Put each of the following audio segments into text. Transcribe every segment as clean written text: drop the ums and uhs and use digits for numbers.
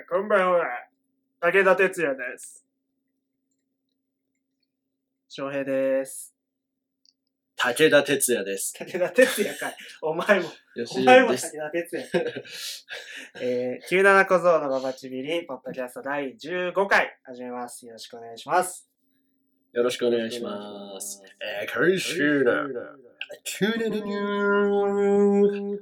こんばんは。武田鉄矢です。翔平です。 武田鉄矢です。 武田鉄矢かい。お前も武田鉄矢。97小僧のババチビリポッドキャスト第15回始めます。よろしくお願いします。 よろしくお願いします。今週のキューネルニュー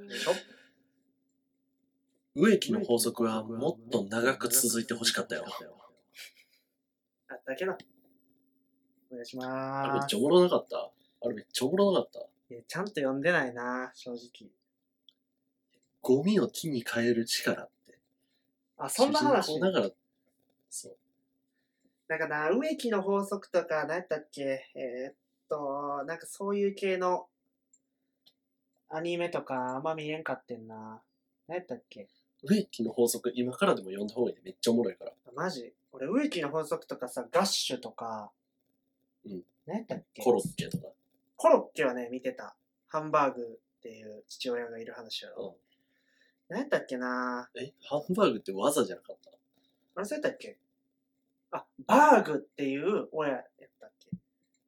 植木の法則はもっと長く続いてほしかったよ。 あったけど。お願いします。 あれめっちゃおもろなかった。 ちゃんと読んでないな、正直。 ゴミを木に変える力って。 あ、そんな話。 だから、そう。 なんかな、植木の法則とか、何やったっけなんかそういう系のアニメとかあんま見れんかってんな。何やったっけ？ 植木の法則、今からでも読んだ方がいいね。めっちゃおもろいから。 マジ？俺、植木の法則とかさ、ガッシュとか、何やったっけ？ コロッケとか。 コロッケはね、見てた。ハンバーグっていう父親がいる話やろ。何やったっけな。 ハンバーグって技じゃなかった？ あれ、そうやったっけ？あ、バーグっていう親やったっけ？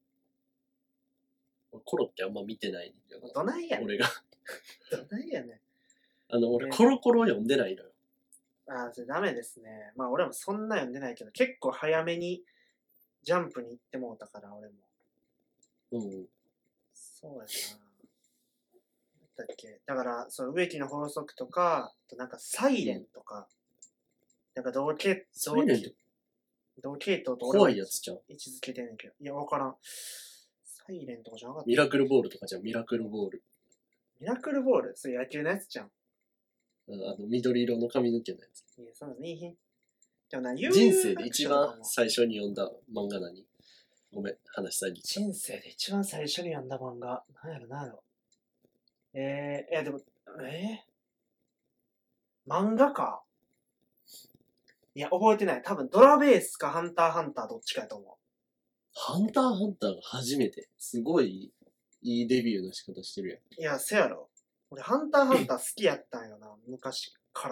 コロッケあんま見てないんだよな。 どないやねん。 俺が。 どないやねん。 俺、コロコロ読んでないのよ。 それダメですね。まあ俺もそんな読んでないけど、結構早めにジャンプに行ってもうたから、俺も。そうやな。だっけ。だから、その植木の法則とか、あとなんかサイレンとか、なんか同系統と怖いやつじゃん。 位置づけてんねんけど。いや、わからん。サイレンとかじゃなかった。 ミラクルボールとかじゃん、ミラクルボール。 ミラクルボール？それ野球のやつじゃん。 緑色の髪の毛のやつ。 いや、そんな見えへん。でもな、 人生で一番最初に読んだ漫画何？ごめん、話遮った。 人生で一番最初に読んだ漫画。なんやろ。でも、漫画か。いや、覚えてない。多分、ドラベースかハンターハンターどっちかやと思う。 ハンターハンターが初めて。すごいいいデビューの仕方してるやん。 いや、せやろ。俺、ハンターハンター好きやったんよな、昔から。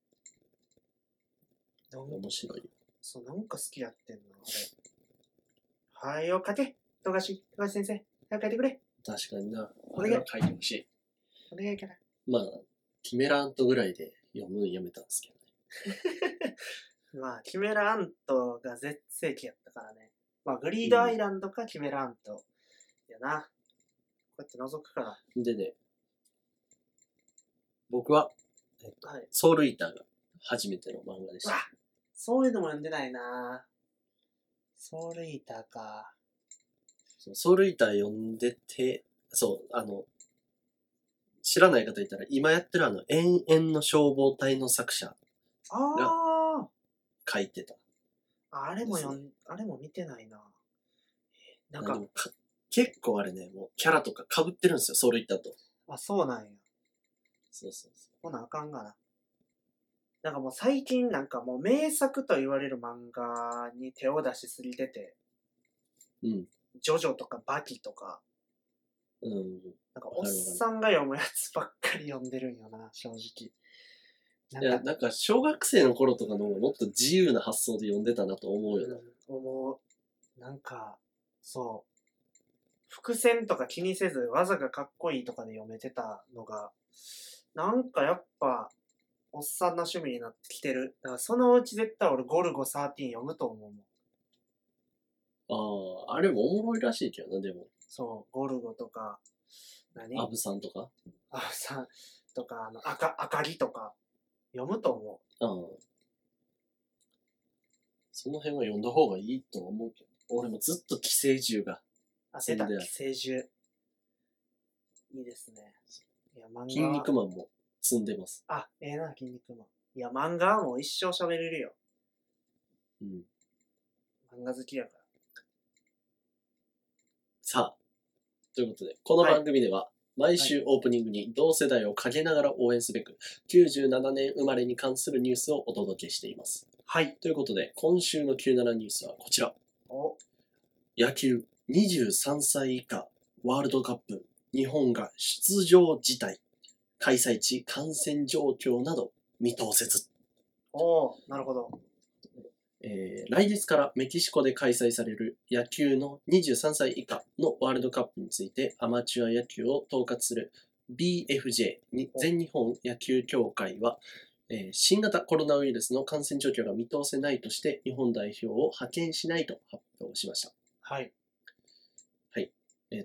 面白いよ。 そう、なんか好きやってんな、あれ。はいよ、書け。富樫先生。早く書いてくれ。 確かにな。 これは書いてほしい。 お願いから。 まあ、キメラアントぐらいで読むのやめたんですけどね。まあ、キメラアントが絶世紀やったからね。まあ、グリードアイランドかキメラアントやな。こうやって覗くから。 でね、僕は、 はい、 ソウルイーターが初めての漫画でした。 そういうのも読んでないな。ソウルイーターか。 ソウルイーター読んでて、知らない方いたら、今やってる延々の消防隊の作者が書いてた。 あれも見てないな。なんか結構あれね、もうキャラとか被ってるんですよ、ソウルイーターと。 あ、そうなんや。 そう。 ほなあかんがな。なんかもう最近なんかもう名作と言われる漫画に手を出しすぎてて。ジョジョとかバキとか。なんかおっさんが読むやつばっかり読んでるんよな、正直。 いや、なんか小学生の頃とかのもっと自由な発想で読んでたなと思うよな。 思う。なんか、そう。伏線とか気にせず技がかっこいいとかで読めてたのが、なんかやっぱ、おっさんの趣味になってきてる。だからそのうち絶対俺ゴルゴ13読むと思うもん。あれもおもろいらしいけどな、でも。 そう、ゴルゴとか、 アブさんとかアブさんとか、赤木とか、読むと思う。その辺は読んだ方がいいと思うけど。俺もずっと寄生獣が。 出た、寄生獣。いいですね。いや、漫画。 筋肉マンも積んでます。 な、筋肉マン。いや、漫画はもう一生喋れるよ。漫画好きやから。さあ、ということで、この番組では、毎週オープニングに同世代を陰ながら応援すべく、97年生まれに関するニュースをお届けしています。 はい。 ということで、今週の97ニュースはこちら。野球23歳以下ワールドカップ日本が出場辞退。開催地感染状況など見通せず。 おー、なるほど。 来月からメキシコで開催される野球の23歳以下のワールドカップについてアマチュア野球を統括する BFJ 全日本野球協会は、新型コロナウイルスの感染状況が見通せないとして日本代表を派遣しないと発表しました。 はい。 はい。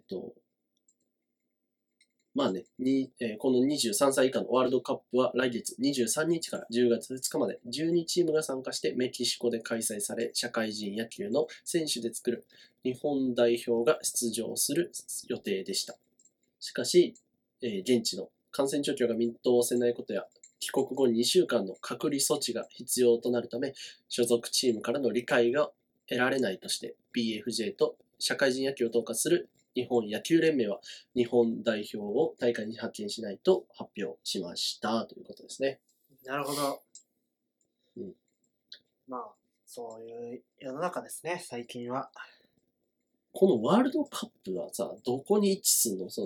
まあね、この23歳以下のワールドカップは来月23日から10月2日まで12チームが参加してメキシコで開催され、社会人野球の選手で作る日本代表が出場する予定でした。しかし、現地の感染状況が見通せないことや、帰国後2週間の隔離措置が必要となるため、所属チームからの理解が得られないとして、BFJ と社会人野球を統括する日本野球連盟は日本代表を大会に派遣しないと発表しましたということですね。 なるほど。 うん。 まあ、そういう世の中ですね、最近は。 このワールドカップはさ、どこに位置するの？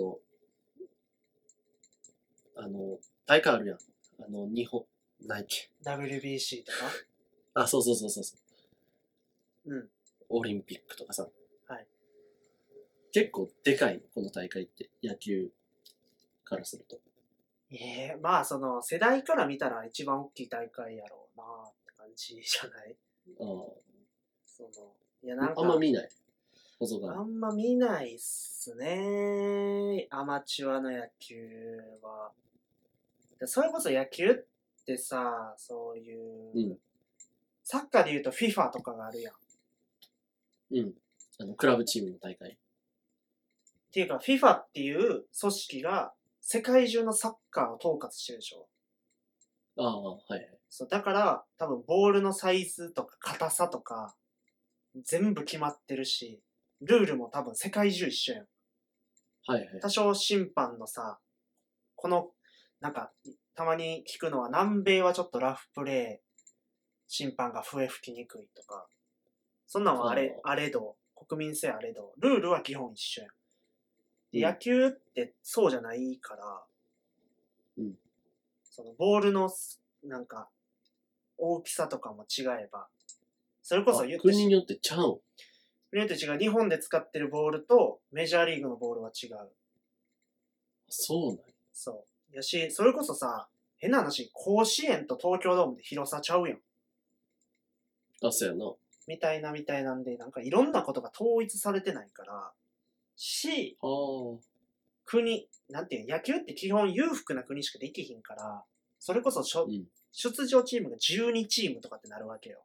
大会あるやん。日本、何っけ？ WBC とか。 あ、そう。 うん。 オリンピックとかさ。 はい。 結構でかい、この大会って、野球からすると。 まあ、世代から見たら一番大きい大会やろうなって感じじゃない？なんか。 あんま見ない。 あんま見ないっすね。アマチュアの野球は。それこそ野球ってさ、そういう、サッカーで言うと FIFA とかがあるやん。 うん。クラブチームの大会。 っていうか FIFA っていう組織が世界中のサッカーを統括してるでしょ。 ああ、はい。 そう、だから多分ボールのサイズとか硬さとか全部決まってるし、ルールも多分世界中一緒やん。 はい。 多少審判のさ、なんか、たまに聞くのは南米はちょっとラフプレー、審判が笛吹きにくいとか、そんなんはあれど、国民性あれど、ルールは基本一緒やん。で、野球ってそうじゃないから、そのボールのなんか大きさとかも違えば、それこそ国によってちゃう。 国によって違う。日本で使ってるボールとメジャーリーグのボールは違う。 そうなんや。 そう。やし、それこそさ、変な話、甲子園と東京ドームで広さちゃうやん。 そうやな。 みたいなんで、なんかいろんなことが統一されてないから、国、なんていう野球って基本裕福な国しかできひんから、それこそ出場チームが12チームとかってなるわけよ。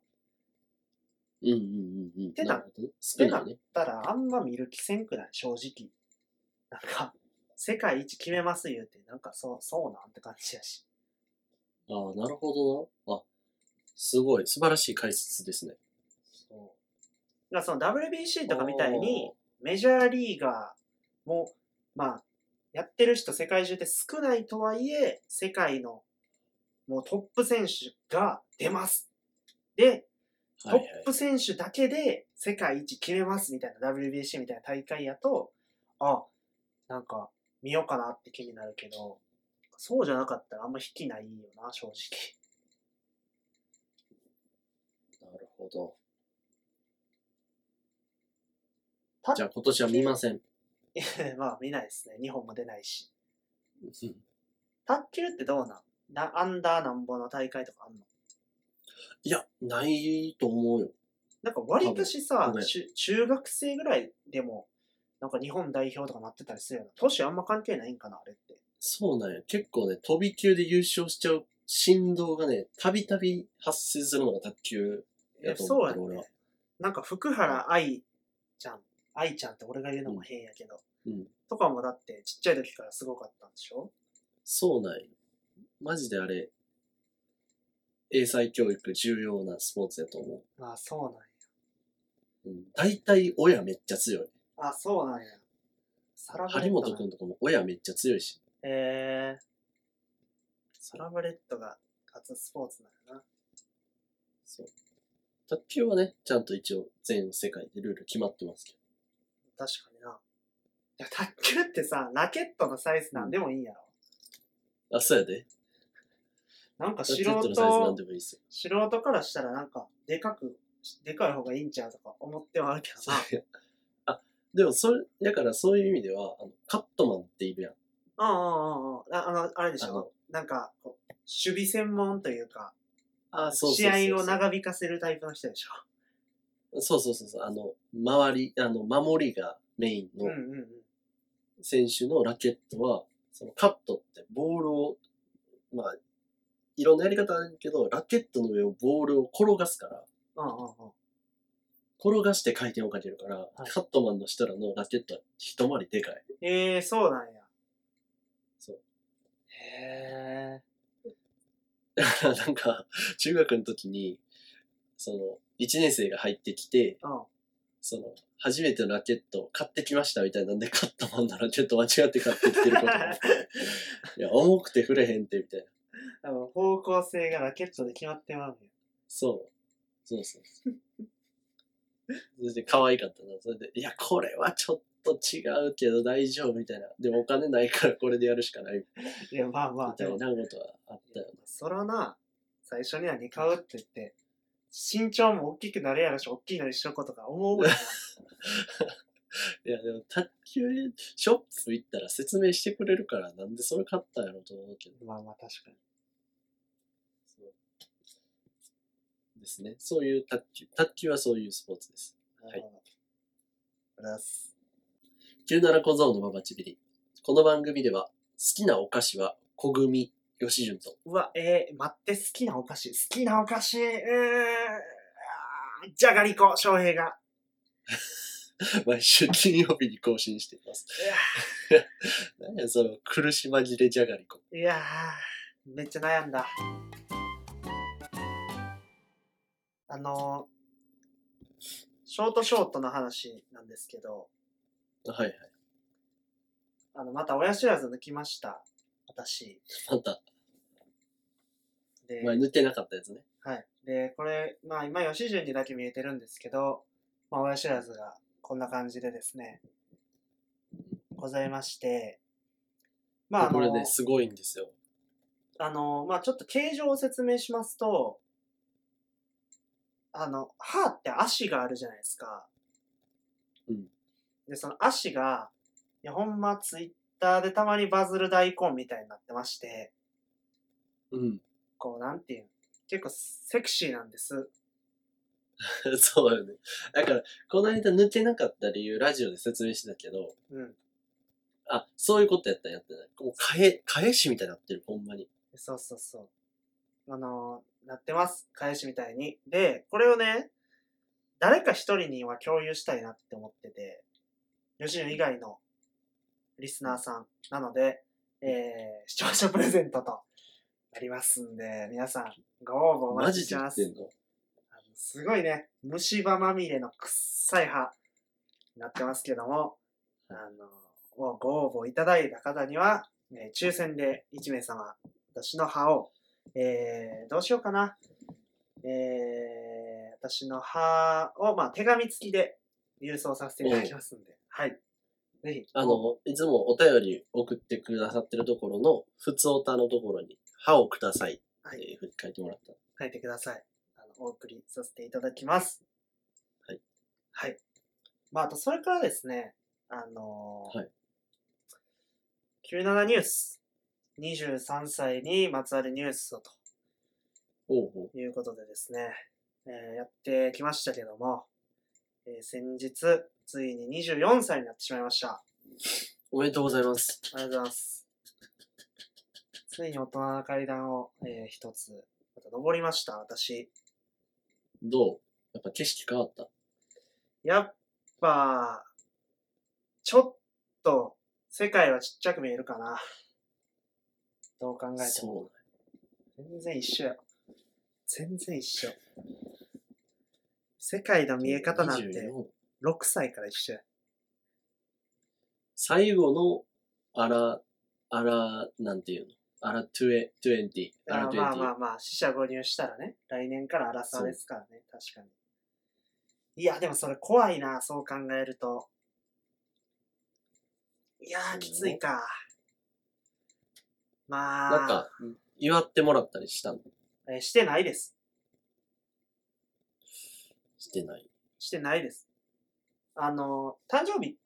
ってなったらあんま見る気せんくない？正直。なんか、世界一決めます言うて、なんかそうなんって感じやし。 ああ、なるほどな。あ、すごい。素晴らしい解説ですね。 そう。だからWBC とかみたいに、メジャーリーガーも、まあ、やってる人世界中で少ないとはいえ、世界のもうトップ選手が出ます。で、トップ選手だけで世界一決めますみたいな WBC みたいな大会やと、なんか見ようかなって気になるけど、そうじゃなかったらあんま引きないよな、正直。 なるほど。じゃあ今年は見ません。 まあ見ないですね。日本も出ないし。卓球ってどうなんアンダーなんぼの大会とかあんの？ いや、ないと思うよ。 なんか割としさ、中学生ぐらいでも、なんか日本代表とかなってたりするよな。年あんま関係ないんかな、あれって。 そうなんや。結構ね、飛び級で優勝しちゃう振動がね、たびたび発生するのが卓球やと思ってる、俺は。 なんか福原愛ちゃんって俺が言うのも変やけど、とかもだってちっちゃい時からすごかったんでしょ？ そうなんや。マジであれ、英才教育重要なスポーツやと思う。 あ、そうなんや。 大体親めっちゃ強い。 あ、そうなんや。 張本くんとかも親めっちゃ強いし。 サラブレッドが初スポーツなんやな。 そう。卓球はね、ちゃんと一応全世界でルール決まってますけど。確かにな。いや、卓球ってさ、ラケットのサイズなんでもいいんやろ。 そうやで。 なんかラケットのサイズなんでもいいですよ。 素人からしたらなんかでかい方がいいんちゃうとか思ってはあるけどな。 あ、でもだからそういう意味では、カットマンっているやん。 あれでしょ、なんかこう、守備専門というか、 そう試合を長引かせるタイプの人でしょ。 そう。守りがメインの選手のラケットは、そのカットってボールを、まあ、いろんなやり方あるけど、ラケットの上をボールを転がすから、転がして回転をかけるから、カットマンの人らのラケットは一回りでかい。 そうなんや。 そう。 へー。 だからなんか、中学の時に、1年生が入ってきて、初めてのラケット買ってきましたみたいなんで、カットマンのラケット間違って買ってきてることがいや、重くて触れへんってみたいな。 方向性がラケットで決まってまうよ。 そう。それで可愛かったな。それで、いや、これはちょっと違うけど大丈夫みたいな。でもお金ないからこれでやるしかない。 いや、まあ。 みたいなことはあったよ。 そらな、最初に何買うって言って、身長も大きくなるやろし、大きいのにしとこうとか思うもんな。 いや、でも卓球ショップ行ったら説明してくれるから、なんでそれ買ったんやろと思うけど。 まあ確かに。 そうですね。そういう卓球はそういうスポーツです。はい。97小僧のババチビリ。この番組では、好きなお菓子は小組吉純と。 うわ、待って、好きなお菓子。じゃがりこ、翔平が。 毎週金曜日に更新しています。何やその苦し紛れじゃがりこ。 いやー、めっちゃ悩んだ。ショートの話なんですけど。 はいはい。 また親知らず抜きました。私。 また。前抜けなかったやつね。 はい。で、これ、まあ今吉純にだけ見えてるんですけど、まあ親知らずがこんな感じでですね、ございまして、 まあこれね、すごいんですよ。 まあちょっと形状を説明しますと、歯って足があるじゃないですか。 うん。 で、その足が、いや、ほんまツイッターでたまにバズる大根みたいになってまして、 うん。 こう、なんていうの、結構セクシーなんです。 そうよね。だから、この間抜けなかった理由、ラジオで説明してたけど、そういうことやったんやってない。もう返しみたいになってる、ほんまに。 そう。なってます。返しみたいに。で、これをね、誰か一人には共有したいなって思ってて、吉野以外のリスナーさんなので、視聴者プレゼントとなりますんで、皆さんご応募お待ちしてます。マジで言ってんの？すごいね、虫歯まみれの臭い歯になってますけども、ご応募いただいた方には、抽選で1名様、私の歯を、どうしようかな。私の歯を、まあ、手紙付きで郵送させていただきますんで、はい。ぜひ。 いつもお便り送ってくださってるところの、ふつおたのところに、歯をくださいっていうふうに書いてもらった。 書いてください。お送りさせていただきます。 はい。 はい。まあ、あと、それからですね、はい。97ニュース。23歳にまつわるニュースをと。いうことでですね、やってきましたけども、先日、ついに24歳になってしまいました。 おめでとうございます。 ありがとうございます。ついに大人の階段を、一つ、また登りました、私。 どう？やっぱ景色変わった？ やっぱ、ちょっと、世界はちっちゃく見えるかな。どう考えても。全然一緒や。全然一緒。世界の見え方なんて6歳から一緒や。 最後のなんていうの？20。 まあ、四捨五入したらね、来年からアラサーですからね、確かに。いや、でもそれ怖いな、そう考えると。いやー、きついか。まあ。 なんか、 祝ってもらったりしたの？ してないです。 してない。 してないです。誕生日って、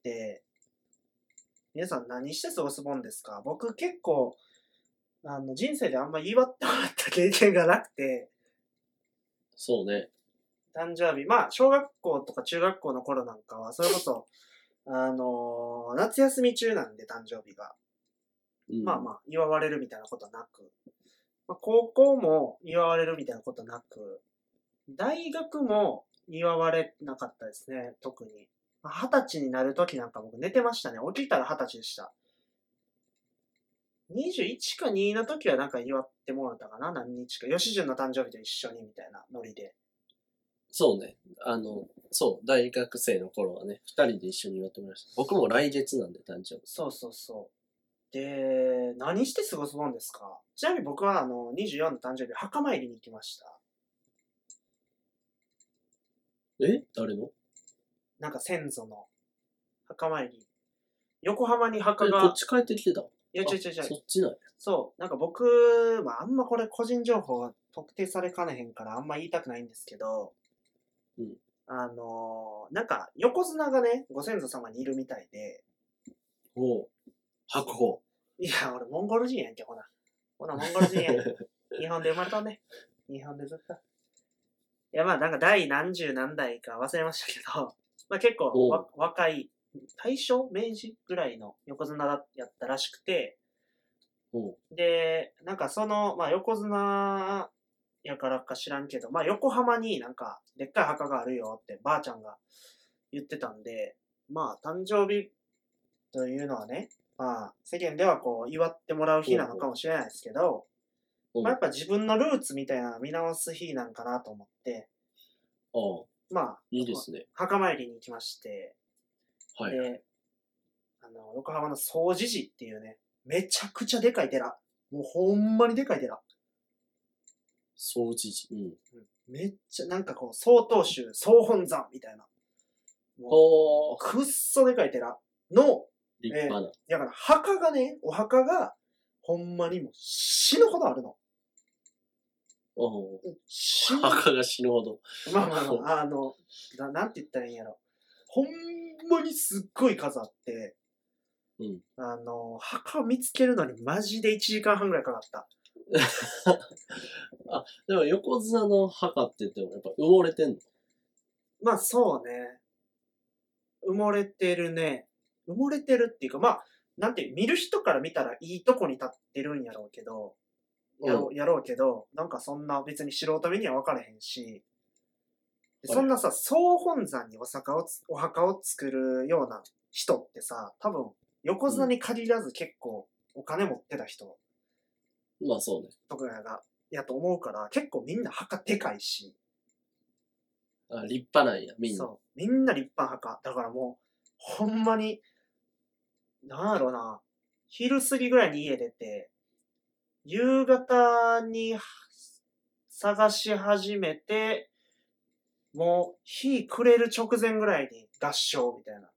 皆さん何して過ごすもんですか？僕結構、人生であんま祝ってもらった経験がなくて、 そうね。 誕生日、まあ、小学校とか中学校の頃なんかは、それこそ、夏休み中なんで誕生日が。まあまあ、祝われるみたいなことなく、まあ、高校も祝われるみたいなことなく、大学も祝われなかったですね、特に。20歳になるときなんか僕寝てましたね。起きたら20歳でした。21か2の時はなんか祝ってもらったかな、何日か。吉純の誕生日と一緒にみたいなノリで。 そうね。そう、大学生の頃はね、二人で一緒に祝ってもらいました。僕も来月なんで誕生日。 そうそうそう。で、何して過ごすもんですか？ちなみに僕は24の誕生日、墓参りに行きました。 誰の？ なんか先祖の墓参り。横浜に墓が。 こっち帰ってきてた？ いや、違う。 そっちなんや。 そう。なんか僕、まあ、あんまこれ個人情報特定されかねへんからあんま言いたくないんですけど、 うん。 なんか横綱がね、ご先祖様にいるみたいで。 おう。白鵬。 いや、俺モンゴル人やんけ、ほな。モンゴル人やん。日本で生まれたね。日本でずっと。いや、まあなんか第何十何代か忘れましたけど、まあ結構若い、大正明治ぐらいの横綱やったらしくて、で、なんかまあ横綱やからか知らんけど、まあ横浜になんかでっかい墓があるよってばあちゃんが言ってたんで、まあ誕生日というのはね、まあ世間ではこう祝ってもらう日なのかもしれないですけど、まあやっぱ自分のルーツみたいなのを見直す日なんかなと思って、まあ、 いいですね。 墓参りに行きまして、はい。で、横浜の総持寺っていうね、めちゃくちゃでかい寺。もうほんまにでかい寺。 総持寺。 めっちゃ、なんかこう、曹洞宗、総本山みたいな。もうくっそでかい寺の、 立派な。 だから墓がね、お墓が、ほんまにもう死ぬほどあるの。 墓が死ぬほど。 まあ、なんて言ったらいいんやろ。ほんまにすっごい数あって、墓を見つけるのにマジで1時間半ぐらいかかった。 でも横綱の墓って言ってもやっぱ埋もれてんの？ まあそうね。埋もれてるね。埋もれてるっていうか、まあ、なんて見る人から見たらいいとこに立ってるんやろうけど、やろうけど、なんかそんな別に素人目には分からへんし、そんなさ、総本山にお墓を作るような人ってさ、多分、横綱に限らず結構お金持ってた人。 まあそうね。 とかやと思うから、結構みんな墓でかいし。 立派なんや、みんな。 そう。みんな立派墓。だからもう、ほんまに、なんやろな、昼過ぎぐらいに家出て、夕方に探し始めて、もう日暮れる直前ぐらいに合唱みたいな。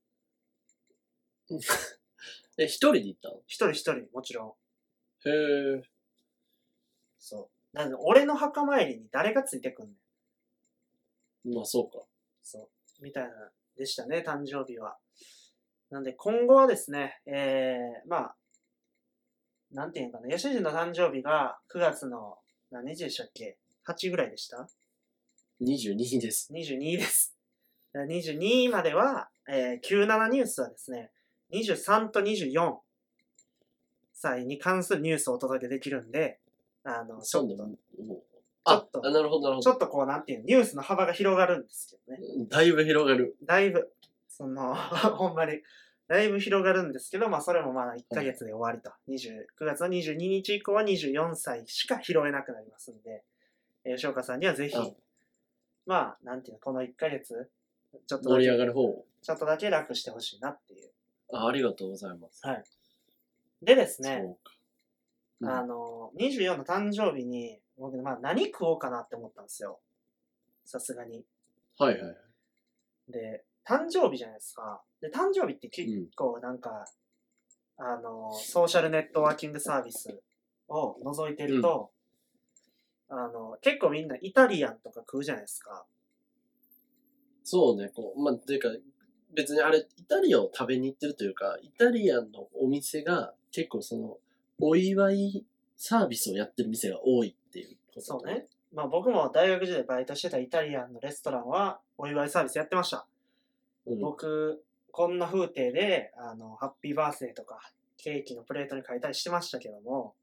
一人で行ったの？ 一人、もちろん。へえ。 そう。なんで俺の墓参りに誰がついてくんねん。まあそうか。 そう。みたいな、でしたね、誕生日は。なんで今後はですね、まあ、なんていうかな、吉純の誕生日が9月の何日でしたっけ？ 8 ぐらいでした？ 22です。 22です。22までは、97ニュースはですね、23と24歳に関するニュースをお届けできるんで、ちょっと、 なるほど。 ちょっとこう、なんていうニュースの幅が広がるんですけどね。 だいぶ広がる。 だいぶ、ほんまに、だいぶ広がるんですけど、まあ、それもまあ、1ヶ月で終わりと。9月の22日以降は24歳しか拾えなくなりますんで、吉岡さんにはぜひ、まあ、なんていうの、この1ヶ月、ちょっと盛り上がる方。 ちょっとだけ楽してほしいなっていう。 ありがとうございます。 はい。でですね、24の誕生日に、僕、まあ、何食おうかなって思ったんですよ。さすがに。 はい。 で、誕生日じゃないですか。で、誕生日って結構なんか、ソーシャルネットワーキングサービスを覗いてると、結構みんなイタリアンとか食うじゃないですか。 そうね、ていうか、別にあれ、イタリアンを食べに行ってるというか、イタリアンのお店が結構お祝いサービスをやってる店が多いっていうこと。 そうね。まあ僕も大学時代バイトしてたイタリアンのレストランはお祝いサービスやってました。僕、こんな風景で、ハッピーバースデーとか、ケーキのプレートに書いたりしてましたけども、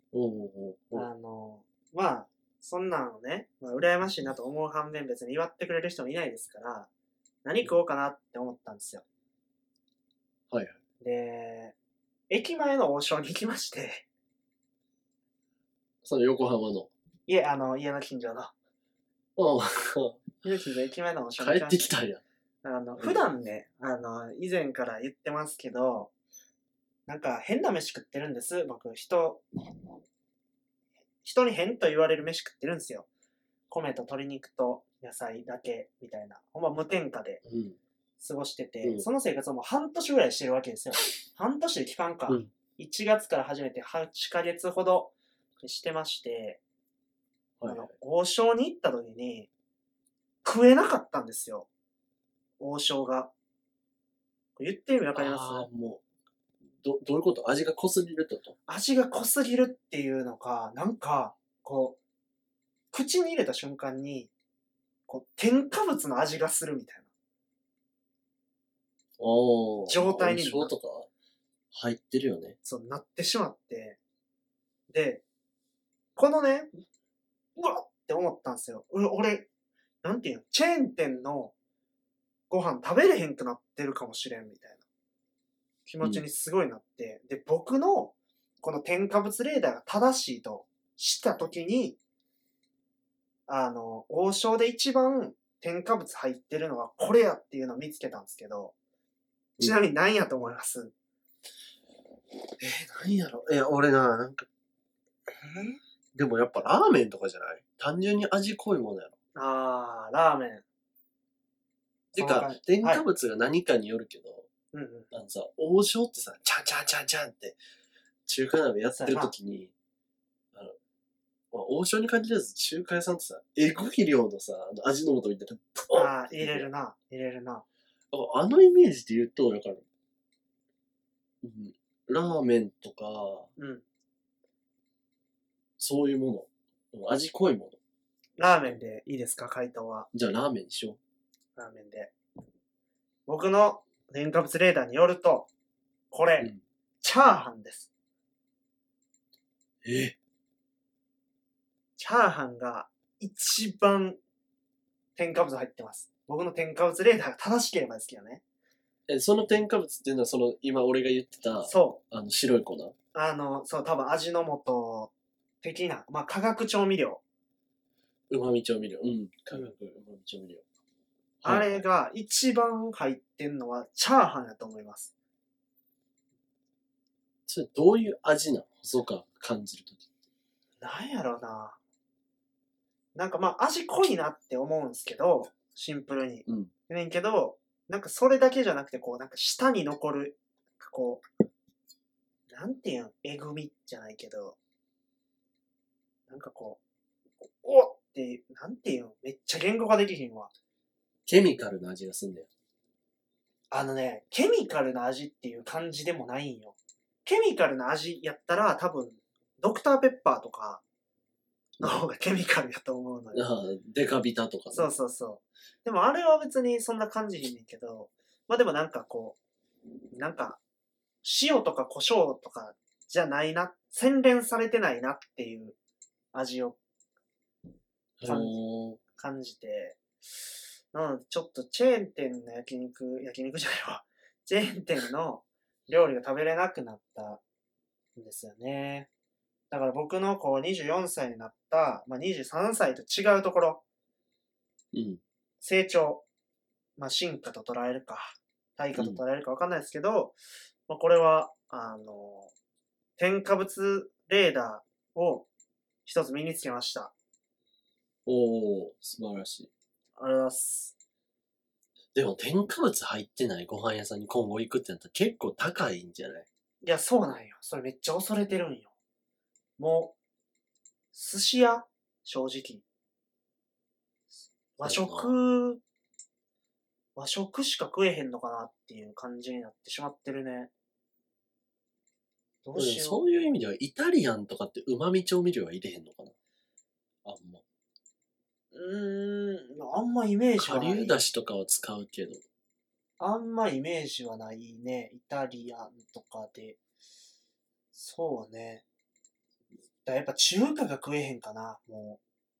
まあ、そんなのね、羨ましいなと思う反面別に祝ってくれる人もいないですから、何食おうかなって思ったんですよ。 はいはい。 で、駅前の王将に行きまして、 その横浜の。 家の近所の。家の近所駅前の王将に帰ってきたんや。 普段ね、以前から言ってますけど、なんか変な飯食ってるんです。僕、人に変と言われる飯食ってるんですよ。米と鶏肉と野菜だけみたいな。ほんま無添加で過ごしてて、その生活をもう半年ぐらいしてるわけですよ。半年で期間か。1月から始めて8ヶ月ほどしてまして、王将に行った時に食えなかったんですよ。王将が。言ってる意味わかります？ もうどういうこと？味が濃すぎるってこと？ 味が濃すぎるっていうのか、なんか、口に入れた瞬間に、添加物の味がするみたいな。状態に。 王将とか入ってるよね。 そう、なってしまって。で、このね、うわっって思ったんですよ。俺、なんていうの、チェーン店のご飯食べれへんくなってるかもしれんみたいな気持ちにすごいなって、で、僕のこの添加物レーダーが正しいとしたときに、王将で一番添加物入ってるのはこれやっていうのを見つけたんですけど、ちなみに何やと思います？ 何やろ？俺なんか、でもやっぱラーメンとかじゃない？単純に味濃いものやろ。 ラーメン。 てか、添加物が何かによるけど、王将ってさ、チャンチャンチャンチャンって、中華鍋やってる時に、王将に限らず中華屋さんってさ、えぐい量のさ、味の素みたいな、入れるな。 あのイメージで言うと、だから、ラーメンとか、そういうもの。味濃いもの。 ラーメンでいいですか、回答は。 じゃあラーメンにしよう。ラーメンで。僕の添加物レーダーによると、これ、チャーハンです。チャーハンが一番添加物入ってます。僕の添加物レーダーが正しければですけどね。 その添加物っていうのは今俺が言ってた、白い粉？ そう、多分味の素的な、化学調味料。 旨味調味料。化学旨味調味料。 あれが一番入ってんのはチャーハンだと思います。 それどういう味なの？そうか、感じるとき。 なんやろうな。なんか味濃いなって思うんですけど、シンプルに。ねんけど、なんかそれだけじゃなくて、なんか舌に残る、なんていうん、えぐみじゃないけど、なんかおって、なんていうん、めっちゃ言語化できひんわ。 ケミカルな味がすんだよ。 ケミカルな味っていう感じでもないんよ。ケミカルな味やったら多分、ドクターペッパーとかの方がケミカルやと思うのよ。 デカビタとかね。そう。でもあれは別にそんな感じひんねんけど、でもなんかなんか、塩とか胡椒とかじゃないな、洗練されてないなっていう味を感じて、なのでちょっとチェーン店の焼肉じゃないわ。チェーン店の料理が食べれなくなったんですよね。だから僕の24歳になった、23歳と違うところ、成長、進化と捉えるか、対価と捉えるか分かんないですけど、これは、添加物レーダーを一つ身につけました。 素晴らしい。 ありがとうございます。 でも添加物入ってないご飯屋さんに今後行くってなったら結構高いんじゃない？ いや、そうなんよ。それめっちゃ恐れてるんよ。 もう、寿司屋正直。和食しか食えへんのかなっていう感じになってしまってるね。どうしよう。 そういう意味ではイタリアンとかって旨味調味料は入れへんのかな。あんま。 あんまイメージはない。 顆粒だしとかは使うけど。 あんまイメージはないね。イタリアンとかで。そうね。やっぱ中華が食えへんかな、も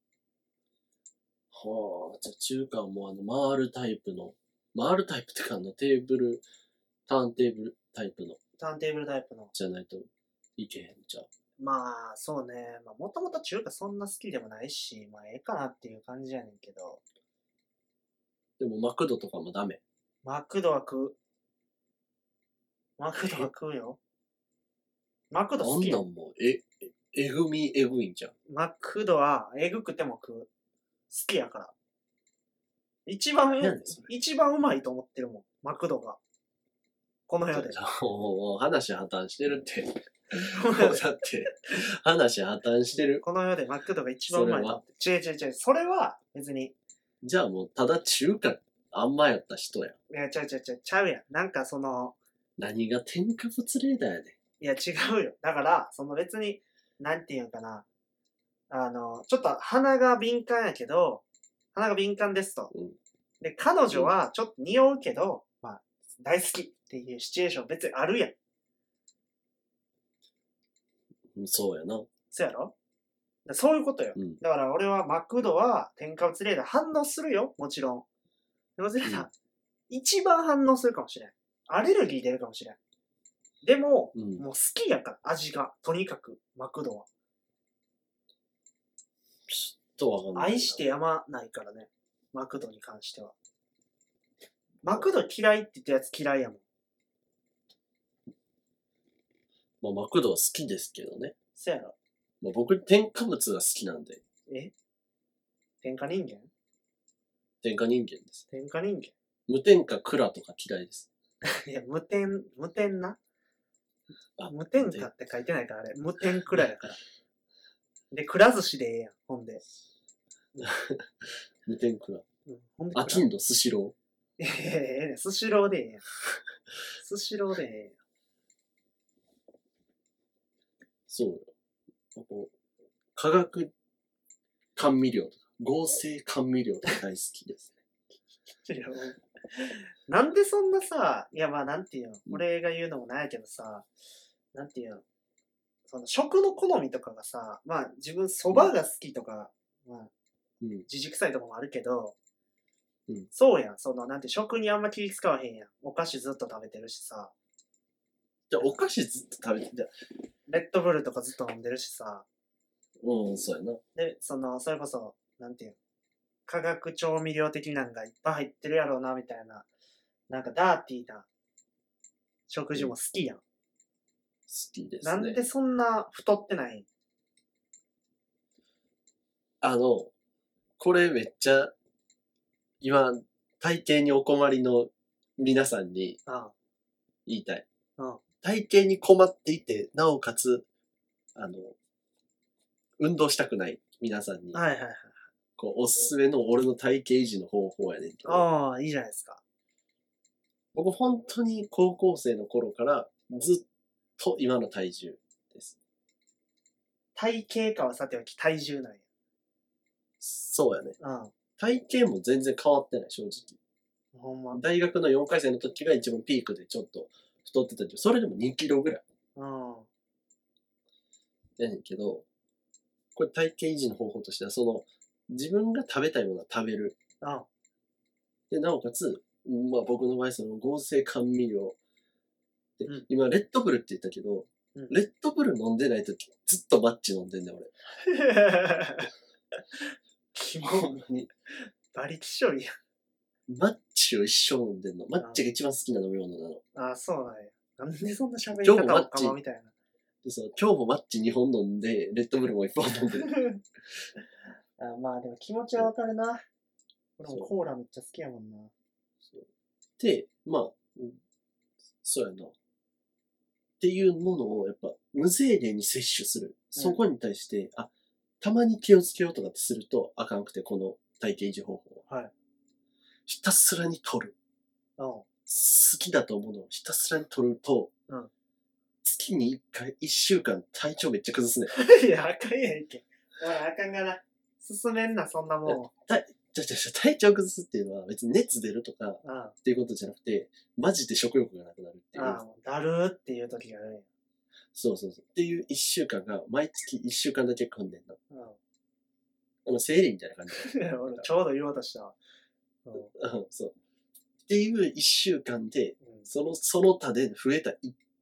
はあ、じゃあ中華はもう回るタイプってかテーブル、ターンテーブルタイプの。 ターンテーブルタイプの。 じゃないといけへんじゃん。 まあ、そうね。まあ、もともと中華そんな好きでもないし、まあ、ええかなっていう感じやねんけど。 でもマクドとかもダメ。 マクドは食う。マクドは食うよ。マクド好きよ。 あんなんもえぐいんじゃん。 マクドは、えぐくても食う。好きやから。一番うまいと思ってるもん。マクドが。この世で。 もう話破綻してるって。もうだって、話破綻してる。 この世でマクドが一番うまいと思って。違う。それは別に。 じゃあもうただ中華あんまやった人や。 いや、ちゃうやん。なんかその。 何が添加物レーダーやで。 いや、違うよ。だから、その別に、なんていうんかな。ちょっと鼻が敏感やけど、鼻が敏感ですと。で、彼女はちょっと匂うけど、まあ、大好きっていうシチュエーション別にあるやん。 そうやな。 そうやろ？そういうことよ。だから俺はマクドは添加物レーダー反応するよ。もちろん。添加物レーダー、一番反応するかもしれん。アレルギー出るかもしれん。でも、もう好きやから、味が。とにかく、マクドは。 ちょっとわかんない。 愛してやまないからね。マクドに関しては。マクド嫌いって言ったやつ嫌いやもん。 まあ、マクドは好きですけどね。 そやろ。 まあ、僕、添加物が好きなんで。 添加人間？ 添加人間です。 添加人間？ 無添加クラとか嫌いです。 いや、無添な。無添加って書いてないから、あれ。無添クラやから。で、くら寿司でええやん、ほんで。 無添クラ。 ほんでアキンドスシロー。スシローでええやん。スシローでええやん。 そうよ。化学甘味料とか、合成甘味料とか大好きですね。なんでそんなさ、いやまあなんていうの、俺が言うのもないやけどさ、なんていうの、その食の好みとかがさ、まあ自分蕎麦が好きとか、まあ、自軸臭いとこもあるけど、そうやん、そのなんて食にあんま気使わへんやん。お菓子ずっと食べてるしさ。 じゃあお菓子ずっと食べてて、 レッドブルとかずっと飲んでるしさ。 そうやな。 で、それこそ、なんていうの、化学調味料的なんがいっぱい入ってるやろうな、みたいな。なんかダーティーな食事も好きやん。好きですね。 なんでそんな太ってない？ これめっちゃ、今、体型にお困りの皆さんに言いたい。体型に困っていて、なおかつ、運動したくない皆さんに、おすすめの俺の体型維持の方法やねんけど。 ああ、いいじゃないですか。 僕本当に高校生の頃からずっと今の体重です。 体型かはさておき体重なんや。 そうやね。体型も全然変わってない、正直。 ほんま。 大学の4回生の時が一番ピークでちょっと太ってたけど、それでも2キロぐらい。やねんけど、これ体型維持の方法としては、自分が食べたいものは食べる。で、なおかつ、まあ僕の場合合成甘味料。で、今、レッドブルって言ったけど、レッドブル飲んでない時ずっとマッチ飲んでんねん、俺。 キモに。バリキショリやん。 マッチを一生飲んでんの。マッチが一番好きな飲み物なの。 ああ、そうなんや。なんでそんな喋り方をかまみたいな。 今日もマッチ2本飲んで、レッドブルも1本飲んでる。 まあでも気持ちはわかるな。俺もコーラめっちゃ好きやもんな。 で、まあ、そうやな。っっていうものをやっぱ無制限に摂取する。そこに対して、たまに気をつけようとかってするとあかんくて、この体型維持方法。 はい。 ひたすらに取る。好きだと思うのをひたすらに取ると、月に1回、1週間体調めっちゃ崩すね。 いや、あかんやんけ。おい、あかんがな。進めんな、そんなもん。 体調崩すっていうのは別に熱出るとかっていうことじゃなくて、マジで食欲がなくなるっていう。 だるーっていう時があるんや。 そう。っていう1週間が毎月1週間だけ来んねんな。生理みたいな感じ。 俺ちょうど言おうとしたわ。 そう。っていう1週間で、その他で増えた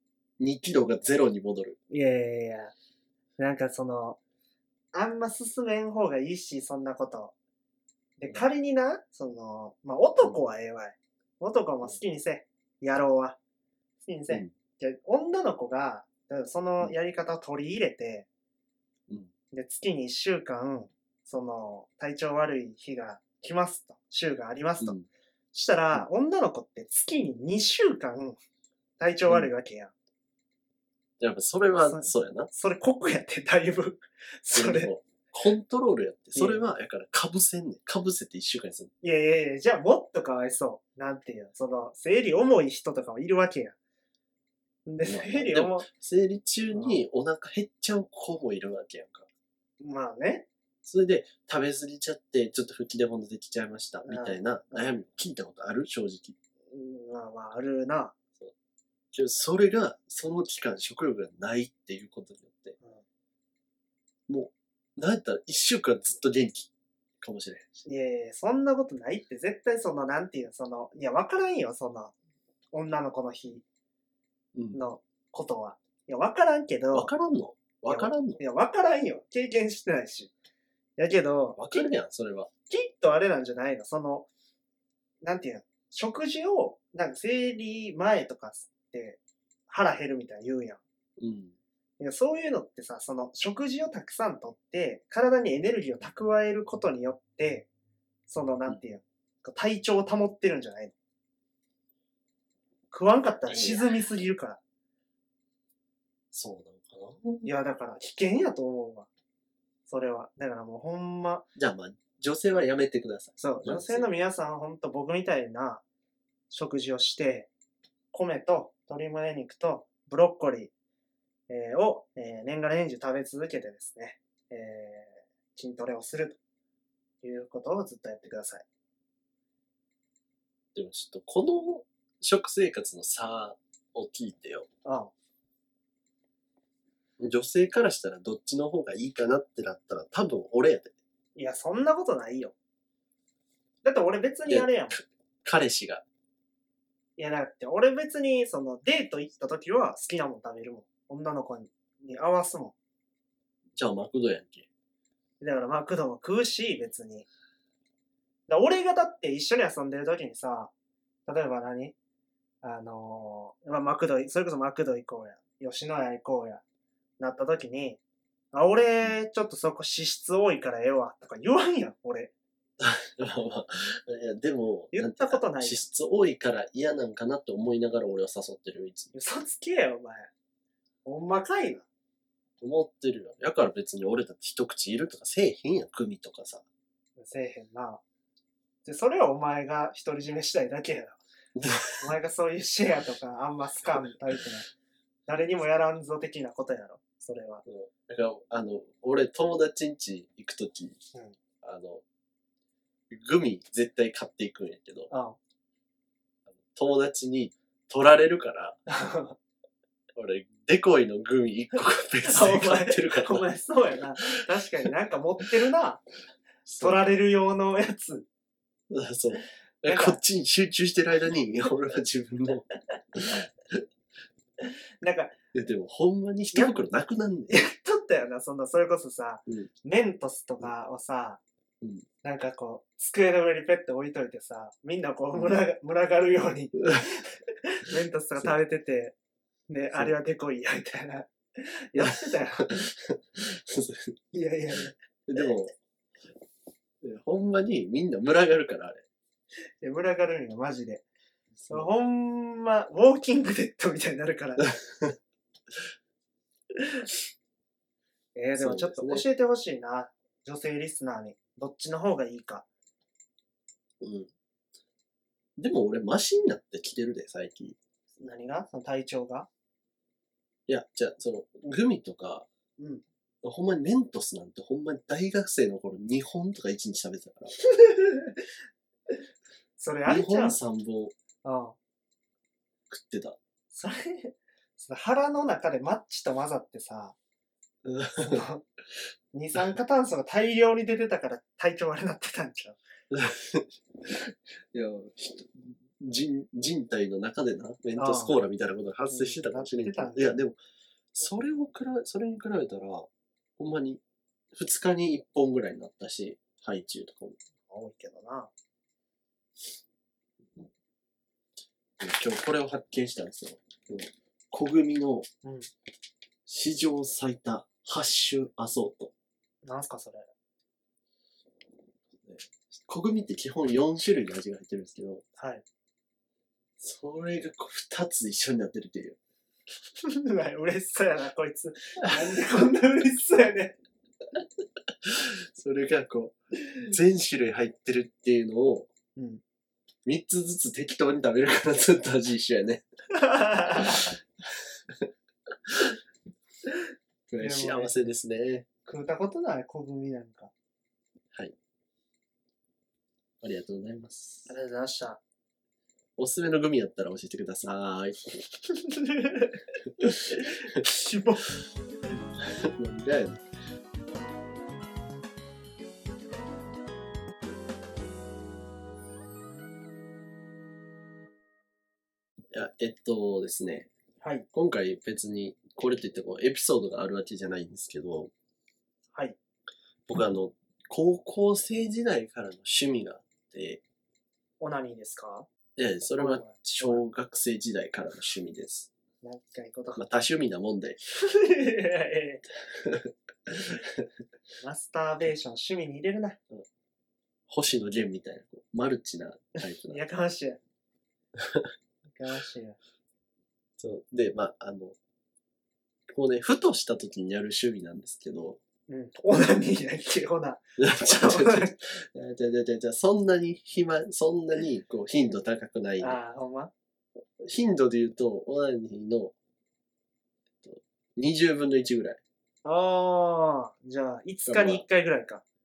2キロがゼロに戻る。 いや。なんかあんま進めん方がいいし、そんなこと。で、仮にな、男はええわい。男も好きにせ。野郎は。好きにせ。じゃ女の子が、そのやり方を取り入れて、で、月に1週間、体調悪い日が来ますと。週がありますと。したら、女の子って月に2週間、体調悪いわけやん。 やっぱそれは、そうやな。 それ酷やって、だいぶ。それ。 コントロールやって。それは、やから、かぶせて1週間にする。 いや、じゃあもっとかわいそう。なんていうの、生理重い人とかもいるわけやん。で、 生理中にお腹減っちゃう子もいるわけやんか。 まあね。 それで、食べ過ぎちゃって、ちょっと吹き出物できちゃいました、みたいな悩み聞いたことある？正直。 まあ、あるな。 それが、その期間食欲がないっていうことによって、もう、なんやったら1週間ずっと元気かもしれへん。 いや、そんなことないって、絶対なんていういや、わからんよ、女の子の日のことは。いや、わからんけど。 わからんの？ いや、わからんよ。経験してないし。やけど。 わかるやん、それは。 きっとあれなんじゃないの？なんていうの？食事を、生理前とかって腹減るみたいな言うやん。いや、そういうのってさ、食事をたくさんとって、体にエネルギーを蓄えることによって、なんていうの、体調を保ってるんじゃないの？食わんかったら沈みすぎるから。 そうなのかな？ いや、だから危険やと思うわ。それは。だからもうほんま。 じゃあ女性はやめてください。 そう、女性の皆さんほんと僕みたいな食事をして、米と鶏胸肉とブロッコリーを年がら年中食べ続けてですね、筋トレをするということをずっとやってください。 でもちょっとこの食生活の差を聞いてよ。女性からしたらどっちの方がいいかなってなったら多分俺やで。 いや、そんなことないよ。だって俺別にあれやもん。 彼氏が。 いや、だって俺別にデート行った時は好きなもん食べるもん。女の子に合わすもん。 じゃあマクドやんけ。 だからマクドも食うし、別に。俺がだって一緒に遊んでる時にさ、例えばマクド、それこそマクド行こうや。吉野家行こうや。なった時に、俺、ちょっとそこ脂質多いからええわ。とか言わんやん、俺。 いや、でも、 言ったことない。 脂質多いから嫌なんかなって思いながら俺は誘ってるよ、いつも。 嘘つけよ、お前。ほんまかいな。 思ってるよ。だから別に俺だって一口いるとかせえへんやん、組とかさ。 せえへんな。で、それはお前が独り占めしたいだけやろ。お前がそういうシェアとかあんま好かんタイプな。誰にもやらんぞ的なことやろ、それは。 だから俺友達ん家行くとき、グミ絶対買っていくんやけど、友達に取られるから、俺、デコイのグミ1個別で買ってるから。 お前そうやな。確かになんか持ってるな。取られる用のやつ。 そう。こっちに集中してる間に、俺は自分の。 なんか。 でも、ほんまに一袋なくなんねん。 やっとったよな、それこそさ、メントスとかをさ、なんかこう、机の上にペッて置いといてさ、みんなこう、群がるように、メントスとか食べてて、で、あれはデコイや、みたいな。やってたよ。いや。 でも、ほんまにみんな群がるから、あれ。 群がるんよ、マジで。ほんま、ウォーキングデッドみたいになるから。 でもちょっと教えてほしいな。女性リスナーに。どっちの方がいいか。 うん。でも俺マシになってきてるで、最近。 何がその体調がいや、じゃあ、グミとか、 うん。 ほんまにメントスなんてほんまに大学生の頃2本とか1日食べてたから。 それあれちゃう 2本3本食ってた。 それ腹の中でマッチと混ざってさ、二酸化炭素が大量に出てたから体調悪くなってたんちゃういや、人体の中でな、メントスコーラみたいなことが発生してたかもしれんけど。いや、でも、それに比べたら、ほんまに、2日に1本ぐらいになったし、ハイチュウとかも。 多いけどな。 今日これを発見したんですよ。小組の史上最多ハッシュアソート。 なんすかそれ。 小組って基本4種類の味が入ってるんですけど、 はい。 それが2つ一緒になってるっていう。 嬉しそうやな、こいつ。なんでこんな嬉しそうやねん。 それが全種類入ってるっていうのを、3つずつ適当に食べるからずっと味一緒やね。これ幸せですね。 食ったことない小組なんか。 はい。ありがとうございます。 ありがとうございました。 おすすめのグミやったら教えてください。 しぼ。 なんだよ。いや、ですね。 はい。 今回別にこれといってエピソードがあるわけじゃないんですけど、 はい。 僕高校生時代からの趣味があって、 オナニーですか？ それは小学生時代からの趣味です。 なんかいいこと。 まあ多趣味なもんで。 マスターベーション趣味に入れるな。 星野源みたいな、マルチなタイプな。 やかましいや。やかましいや。 そう。で、ふとした時にやる趣味なんですけど。 オナニーやっけ、ほな。 じゃそんなに頻度高くない。 ああ、ほんま？ 頻度で言うと、オナニーの20分の1ぐらい。 ああ、じゃあ、5日に1回ぐらいか。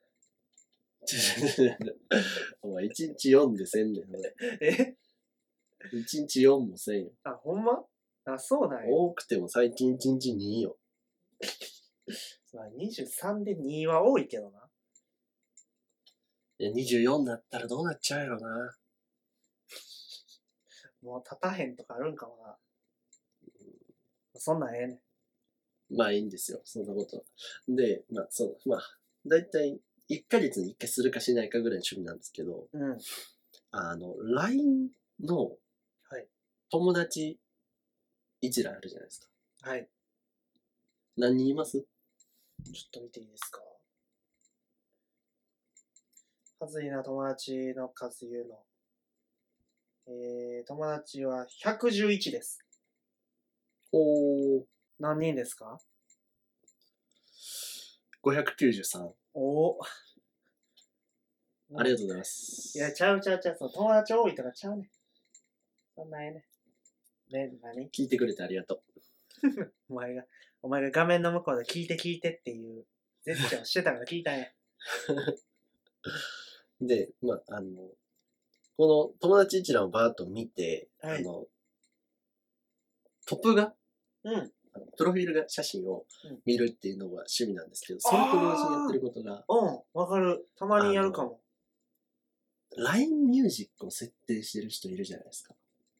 お前、1日4でせんねん、 え ?1日4もせんよ。 あ、ほんま？あ、そうなんや。 多くても最近1日2よ。 23で2は多いけどな。 いや、24になったらどうなっちゃうやろな。 もう立たへんとかあるんかもな。そんなんええねん。まあいいんですよ、そんなことは。で、だいたい1ヶ月に1回するかしないかぐらいの趣味なんですけど、LINE の友達一覧あるじゃないですか。 はい。 何人います？ ちょっと見ていいですか？数いな友達の数言うの。友達は111です。何人ですか？ 593。 おー。ありがとうございます。 いや、ちゃう。その友達多いとかちゃうね。そんなんええね。ね、何？ 聞いてくれてありがとう。 お前が画面の向こうで聞いてっていうジェスチャーをしてたから聞いたんや。 で、この友達一覧をバーッと見て、 はい、 トップが、プロフィール写真を見るっていうのが趣味なんですけど、それと同時にやってることが、 わかる。たまにやるかも。 LINE ミュージックを設定してる人いるじゃないですか。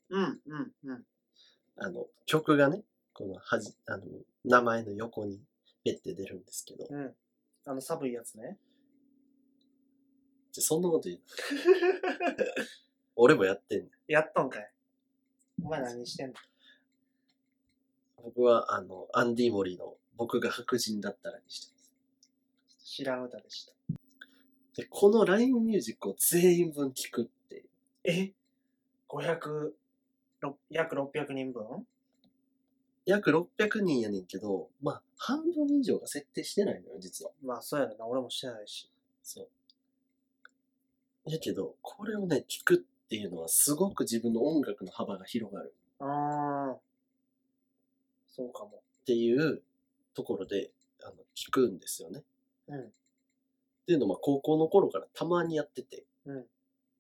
曲がね、名前の横にペッて出るんですけど。 寒いやつね。 そんなこと言う。俺もやってんねん。 やっとんかい。お前何してんの？ 僕は、アンディ・モリの僕が白人だったらにしてます。 知らん歌でした。 で、この LINE ミュージックを全員分聞くっていう。 約600人分約600人やねんけど、まあ、半分以上が設定してないのよ、実は。 まあ、そうやろな。俺もしてないし。 そう。やけど、これをね、聞くっていうのは、すごく自分の音楽の幅が広がるああ、そうかも。 っていうところで、聞くんですよね。 うん。 っていうのは、高校の頃からたまにやってて。 うん。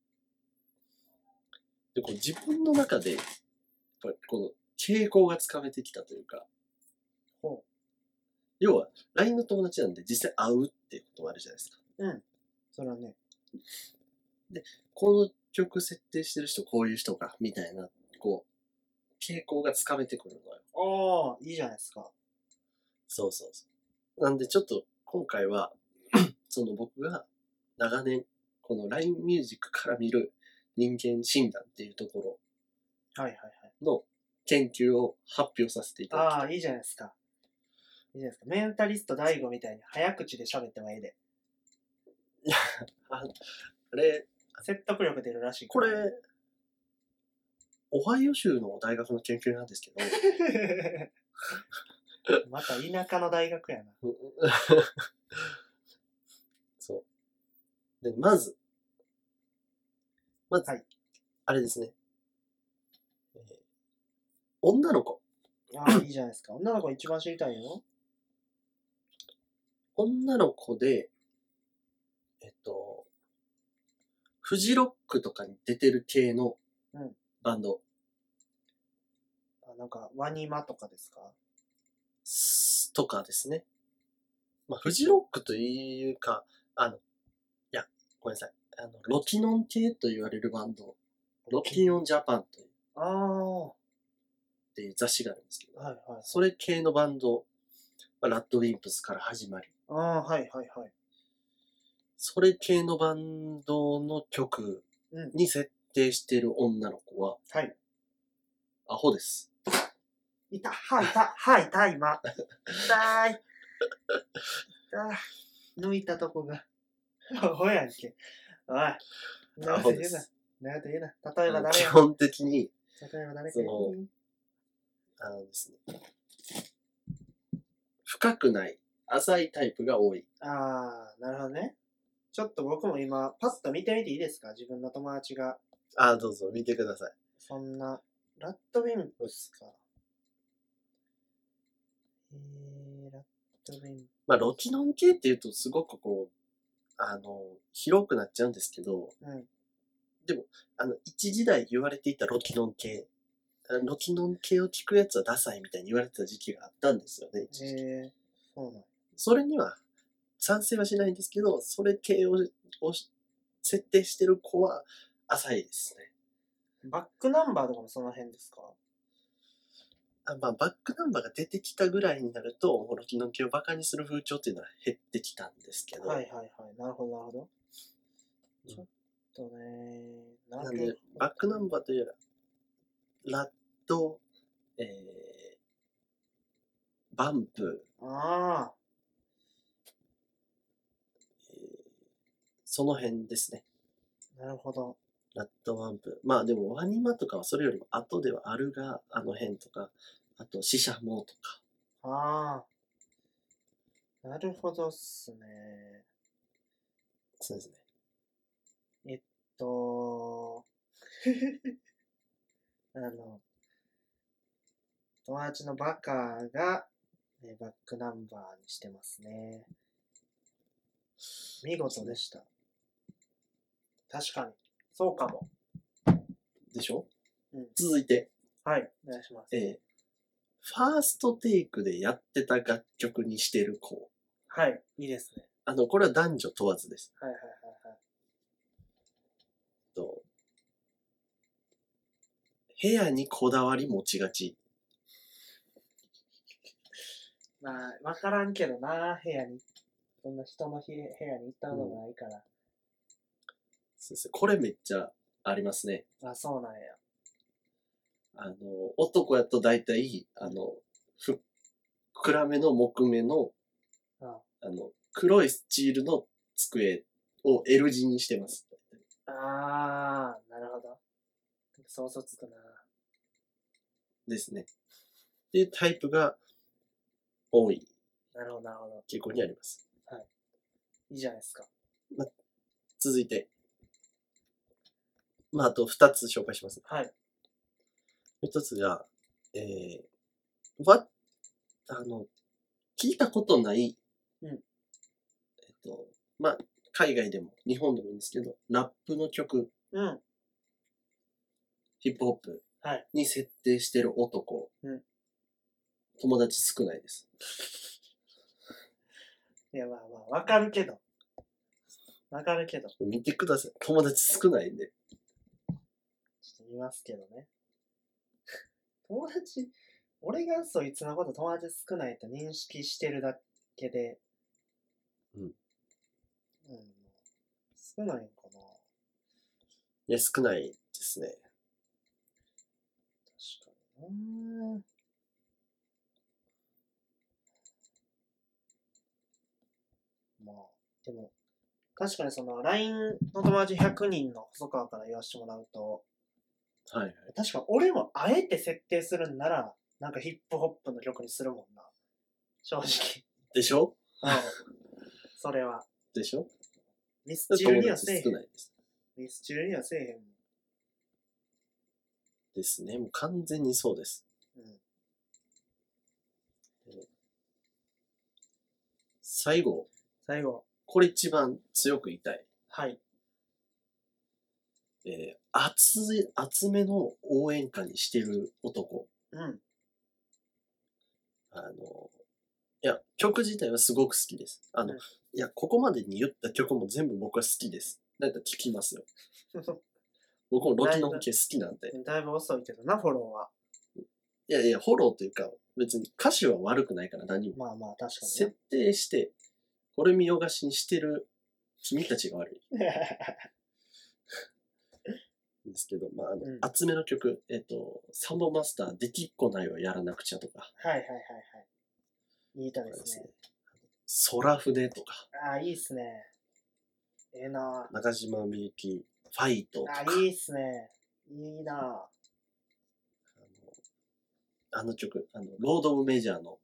で、こう自分の中で、やっぱりこの傾向がつかめてきたというか、 ほ要は、LINE の友達なんで実際会うっていうこともあるじゃないですか。 う。うん。それはね。 で、この曲設定してる人、こういう人か、みたいな、こう、傾向がつかめてくるのよ。 ああ、いいじゃないですか。 そうそうそう。なんでちょっと、今回は、その僕が長年、この LINE ミュージックから見る人間診断っていうとこはいはいはい。 ろの研究を発表させていただきたい。 ああ、いいじゃないですか。いいじゃないですか。メンタリスト大悟みたいに早口で喋ってもええで。 あれ、 説得力出るらしいこれ、オハイオ州の大学の研究なんですけど、 また田舎の大学やな。 そう。で、まず、 はい。 あれですね。女の子。 ああ、いいじゃないですか。女の子一番知りたいよ。 女の子で、フジロックとかに出てる系のバンド、 あ、なんか、ワニマとかですか？ とかですね。まあ、フジロックというか、いや、ごめんなさい。ロキノン系と言われるバンド、ロキノンジャパンというああ、はっていう雑誌があるんですけど、 いはい。 それ系のバンド、まあラッドウィンプスから始まり、 ああ、はいはいはい。 それ系のバンドの曲うん。 に設定している女の子は、 はい。 アホです。 いた、はいた、はいた、今。痛い。抜いたとこが。ほやんけ。おい。 アホです。 なんて言うな。例えば誰基や。 本的に、 例えば誰かその、ですね、深くない、浅いタイプが多い。 ああ、なるほどね。ちょっと僕も今、パッと見てみていいですか？自分の友達が。 どうぞ見てください。 そんな、ラッドウィンプスか。ラッドウィンプまあ、ロキノン系って言うとすごくこう、広くなっちゃうんですけど、 ス。うん。 でも、一時代言われていたロキノン系、ロキノン系を聞くやつはダサいみたいに言われてた時期があったんですよね、一時期。 そうなん。 それには賛成はしないんですけど、それ系を設定してる子は浅いですね。 バックナンバーとかもその辺ですか？ まあ、バックナンバーが出てきたぐらいになると、ロキノン系をバカにする風潮っていうのは減ってきたんですけど。 はいはいはい。なるほどなるほど。ちょっとね、 なんで、バックナンバーというよりは、ラッド、バンプ、 ああ、 その辺ですね。 なるほど。 ラッドバンプ。まあでも、ワニマとかはそれよりも後ではあるが、あの辺とか、あと、シシャモとか。 ああ、なるほどっすね。 そうですね。 えっと、あの、友達のバカが、バックナンバーにしてますね。見事でした。確かに。そうかも。 でしょ？ うん。 続いて、 はい、お願いします。 ファーストテイクでやってた楽曲にしてる子。 はい、いいですね。 これは男女問わずです。 はいはいはいはい。 と部屋にこだわり持ちがち。 まあ、わからんけどな、部屋に。そんな人の部屋に行ったことないから。 そうですね。これめっちゃありますね。 あ、そうなんや。 男やと大体、暗めの木目の、 あ黒いスチールの机を L 字にしてます。 あー、なるほど。想像つくな。 ですね。 っていうタイプが多いなるほど、なるほど。 傾向にあります。 いいじゃないですか。 続いて、あと2つ紹介します。 はい。 1つが、聞いたことない、海外でも日本でもいいんですけど、ラップの曲、ヒップホップに設定してる男、友達少ないです。 いや、わかるけど。 見てください。友達少ないんで。 ちょっと見ますけどね。友達、俺がそいつのこと友達少ないと認識してるだけで、少ないのかな。 いや、少ないですね。 確かにな。でも、確かにその LINE の友達100人の細川から言わせてもらうと、確か俺もあえて設定するんなら、なんかヒップホップの曲にするもんな。正直。 でしょ？ それは。 でしょ？ ミスチルにはせえへん。 少ないです。 ミスチルにはせえへんもん。 ですね。もう完全にそうです。最後。これ一番強く言いたい。 はい。 厚めの応援歌にしてる男。いや、曲自体はすごく好きです。いや、ここまでに言った曲も全部僕は好きです。だいたい聞きますよ。僕もロキノフ系好きなんで。 だいぶ遅いけどな、フォローは。 いや、フォローというか、別に歌詞は悪くないから何も。 確かに。 設定して、これ見よがしにしてる君たちが悪い。ですけど、厚めの曲、サンボマスター、できっこないをやらなくちゃとか。いい歌ですね。空船とか。 いいっすね。ええな。 中島みゆき、ファイトとか。 いいっすね。いいな。 あの曲、ロード・オブ・メジャーの、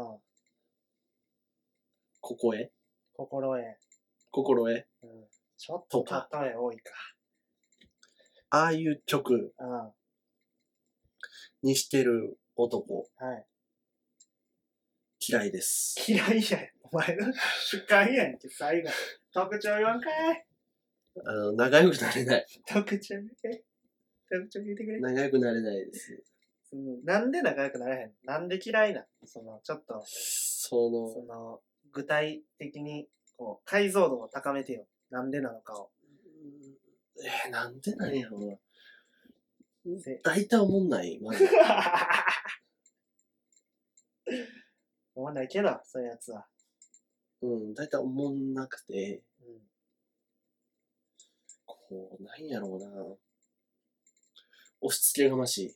心得。 ちょっと例え多いか。 ああいう曲にしてる男。嫌いです。 嫌いやん。お前の主観やんけ、最後。特徴言わんかい。 仲良くなれない。 特徴言ってくれ。 仲良くなれないです。 なんで仲良くなれへん？なんで嫌いな？ちょっと、具体的に、解像度を高めてよ。なんでなのかを。 なんでなんやろうな。大体思んない、まず。 思んないけど、そういうやつは。 大体思んなくて、なんやろうな。押し付けがましい。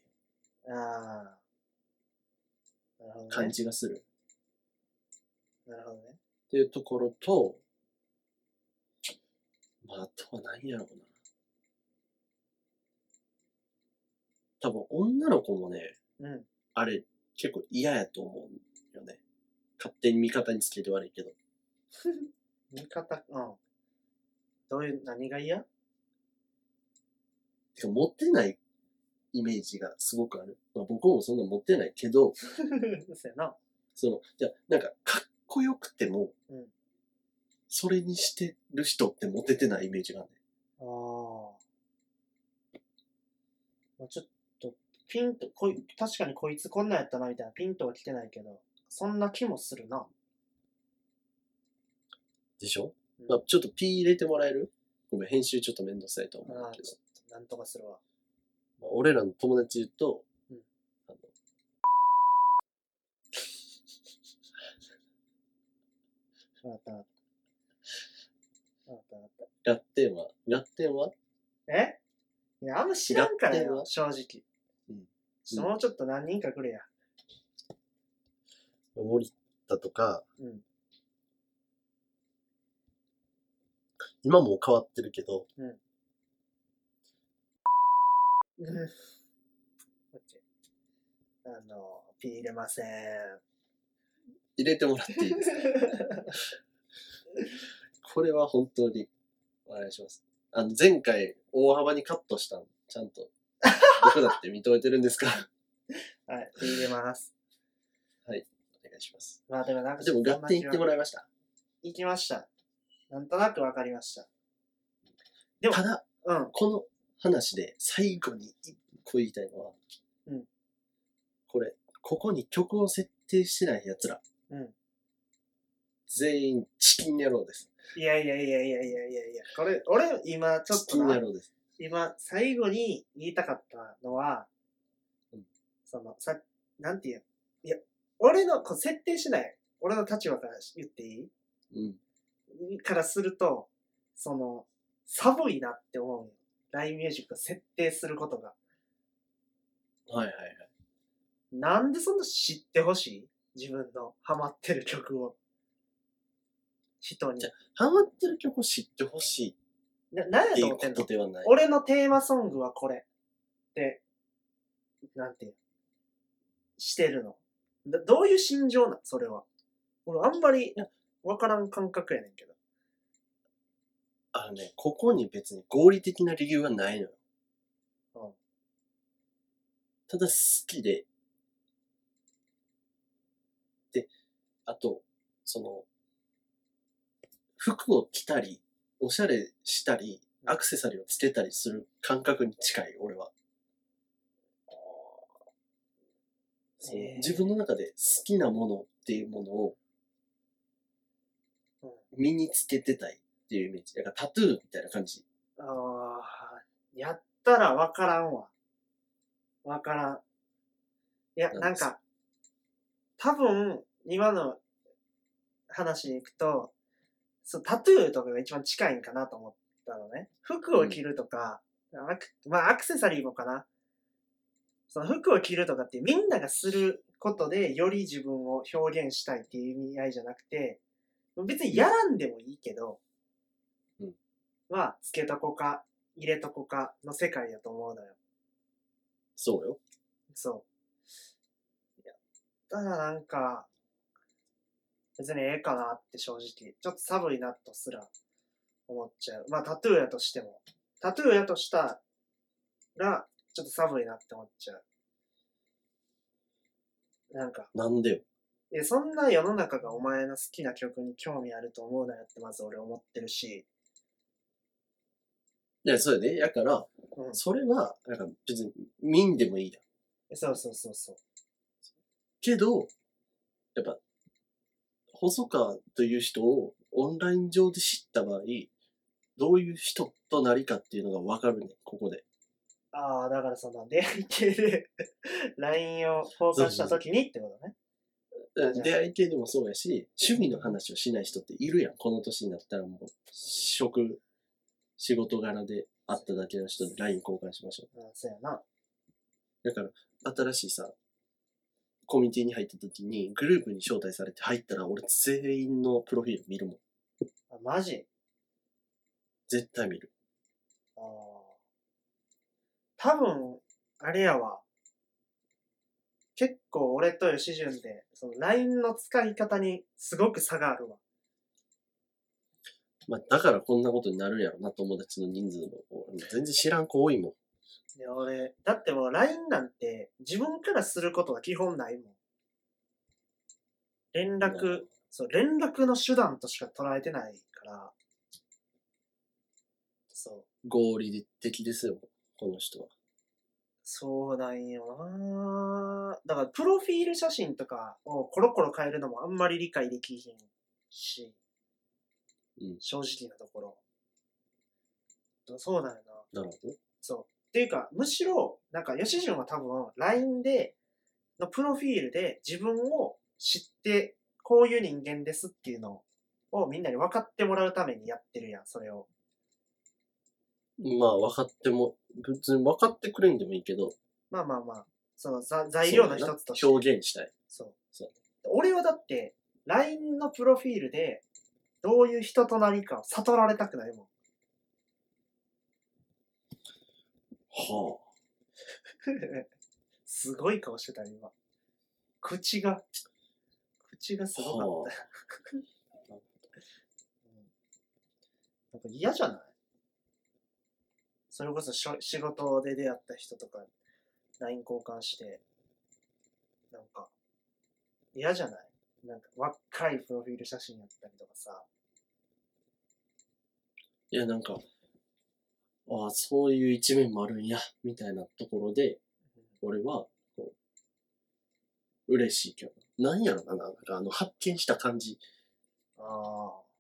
感じがする。 なるほどね。 っていうところと、あとは何やろうな。多分女の子もね、あれ結構嫌やと思うよね。勝手に味方につけて悪いけど。 味方、何が嫌？ てか持ってないイメージがすごくある。僕もそんな持ってないけど、 そうやな。 なんかかっこよくても、それにしてる人ってモテてないイメージがあるね。 ちょっと、ピンと、確かにこいつこんなんやったなみたいなピンとは来てないけど、そんな気もするな。 でしょ？ちょっとピー入れてもらえる？ごめん、編集ちょっとめんどくさいと思うけど。 なんとかするわ。 俺らの友達言うと、ガッテンはいや、あんま知らんからよ、正直。もうちょっと何人か来れや。 森田とか、今もう変わってるけど、 ピー入れません。 入れてもらっていいですか？これは本当にお願いします。前回大幅にカットしたんちゃんと僕だって認めてるんですか？ はい、ピー入れます。 はい、お願いします。 まあでもなんかでも合点言ってもらいました。 行きました。なんとなくわかりました。でもただ、この話で最後に一個言いたいのは、ここに曲を設定してない奴ら、全員チキン野郎です。 いや。これ、俺、今、ちょっとチキン野郎です。 今、最後に言いたかったのは、なんていう、いや、俺の、設定しない、俺の立場から言っていい？からすると、寒いなって思うよ。LINE ミュージックを設定することが。 はいはいはい。 なんでそんな知ってほしい？自分のハマってる曲を。人に。 ハマってる曲を知ってほしいなんやと思ってんの？ ではない。 俺のテーマソングはこれ。って、なんていう。してるの。どういう心情なんそれは。俺あんまりわからん感覚やねんけど。 ここに別に合理的な理由はないのよ。ただ好きで、あと、服を着たり、おしゃれしたり、アクセサリーをつけたりする感覚に近い、俺は。自分の中で好きなものっていうものを身につけてたいっていうイメージ。だからタトゥーみたいな感じ。 やったらわからんわ。わからん。いや、なんか、多分、今の話でいくと、タトゥーとかが一番近いんかなと思ったのね。服を着るとか、まあアクセサリーもかな。その服を着るとかってみんながすることでより自分を表現したいっていう意味合いじゃなくて、別にやらんでもいいけど、まあ、つけとこか、入れとこかの世界だと思うのよ。 そうよ。 そう。ただなんか、別にええかなって正直、ちょっと寒いなとすら思っちゃう。まあタトゥーやとしても。タトゥーやとしたら、ちょっと寒いなって思っちゃう。なんか。 なんでよ。 そんな世の中がお前の好きな曲に興味あると思うなよってまず俺思ってるし。 いや、そうやで。やから、それは、なんか別に見んでもいいやん。 そう。 けど、やっぱ、細川という人をオンライン上で知った場合、どういう人となりかっていうのが分かるね、ここで。 ああ、だから出会い系でLINE を交換した時にってことね。 出会い系でもそうやし、趣味の話をしない人っているやん。この年になったらもう、仕事柄で会っただけの人に LINE 交換しましょう。 そうやな。 だから、新しいさ、コミュニティに入った時に、グループに招待されて入ったら、俺全員のプロフィール見るもん。 マジ？ 絶対見る。 多分、あれやわ。結構俺と吉純で、LINE の使い方にすごく差があるわ。 まあ、だからこんなことになるやろな、友達の人数も。全然知らん子多いもん。 いや、だってもう LINE なんて自分からすることは基本ないもん。連絡の手段としか捉えてないから。 合理的ですよ、この人は。 そうなんよな。だから、プロフィール写真とかをコロコロ変えるのもあんまり理解できひんし、正直なところ。そうなんよな。 なるほど。 そう。っていうか、むしろ、吉純は多分、LINE のプロフィールで自分を知って、こういう人間ですっていうのをみんなに分かってもらうためにやってるやん、それを。 まあ、別に分かってくれんでもいいけど。 まあ、材料の一つとして。 表現したい。 そう。俺はだって、LINE のプロフィールで、どういう人となりかを悟られたくないもん。 はあ。 すごい顔してたよ、今。口がすごかったよ。なんか嫌じゃない？それこそ仕事で出会った人とか LINE 交換して、なんか嫌じゃない？なんか若いプロフィール写真やったりとかさ。 いや、なんか、ああ、そういう一面もあるんや、みたいなところで、俺は、こう、嬉しいけど、なんやろな、なんか発見した感じ。 ああ。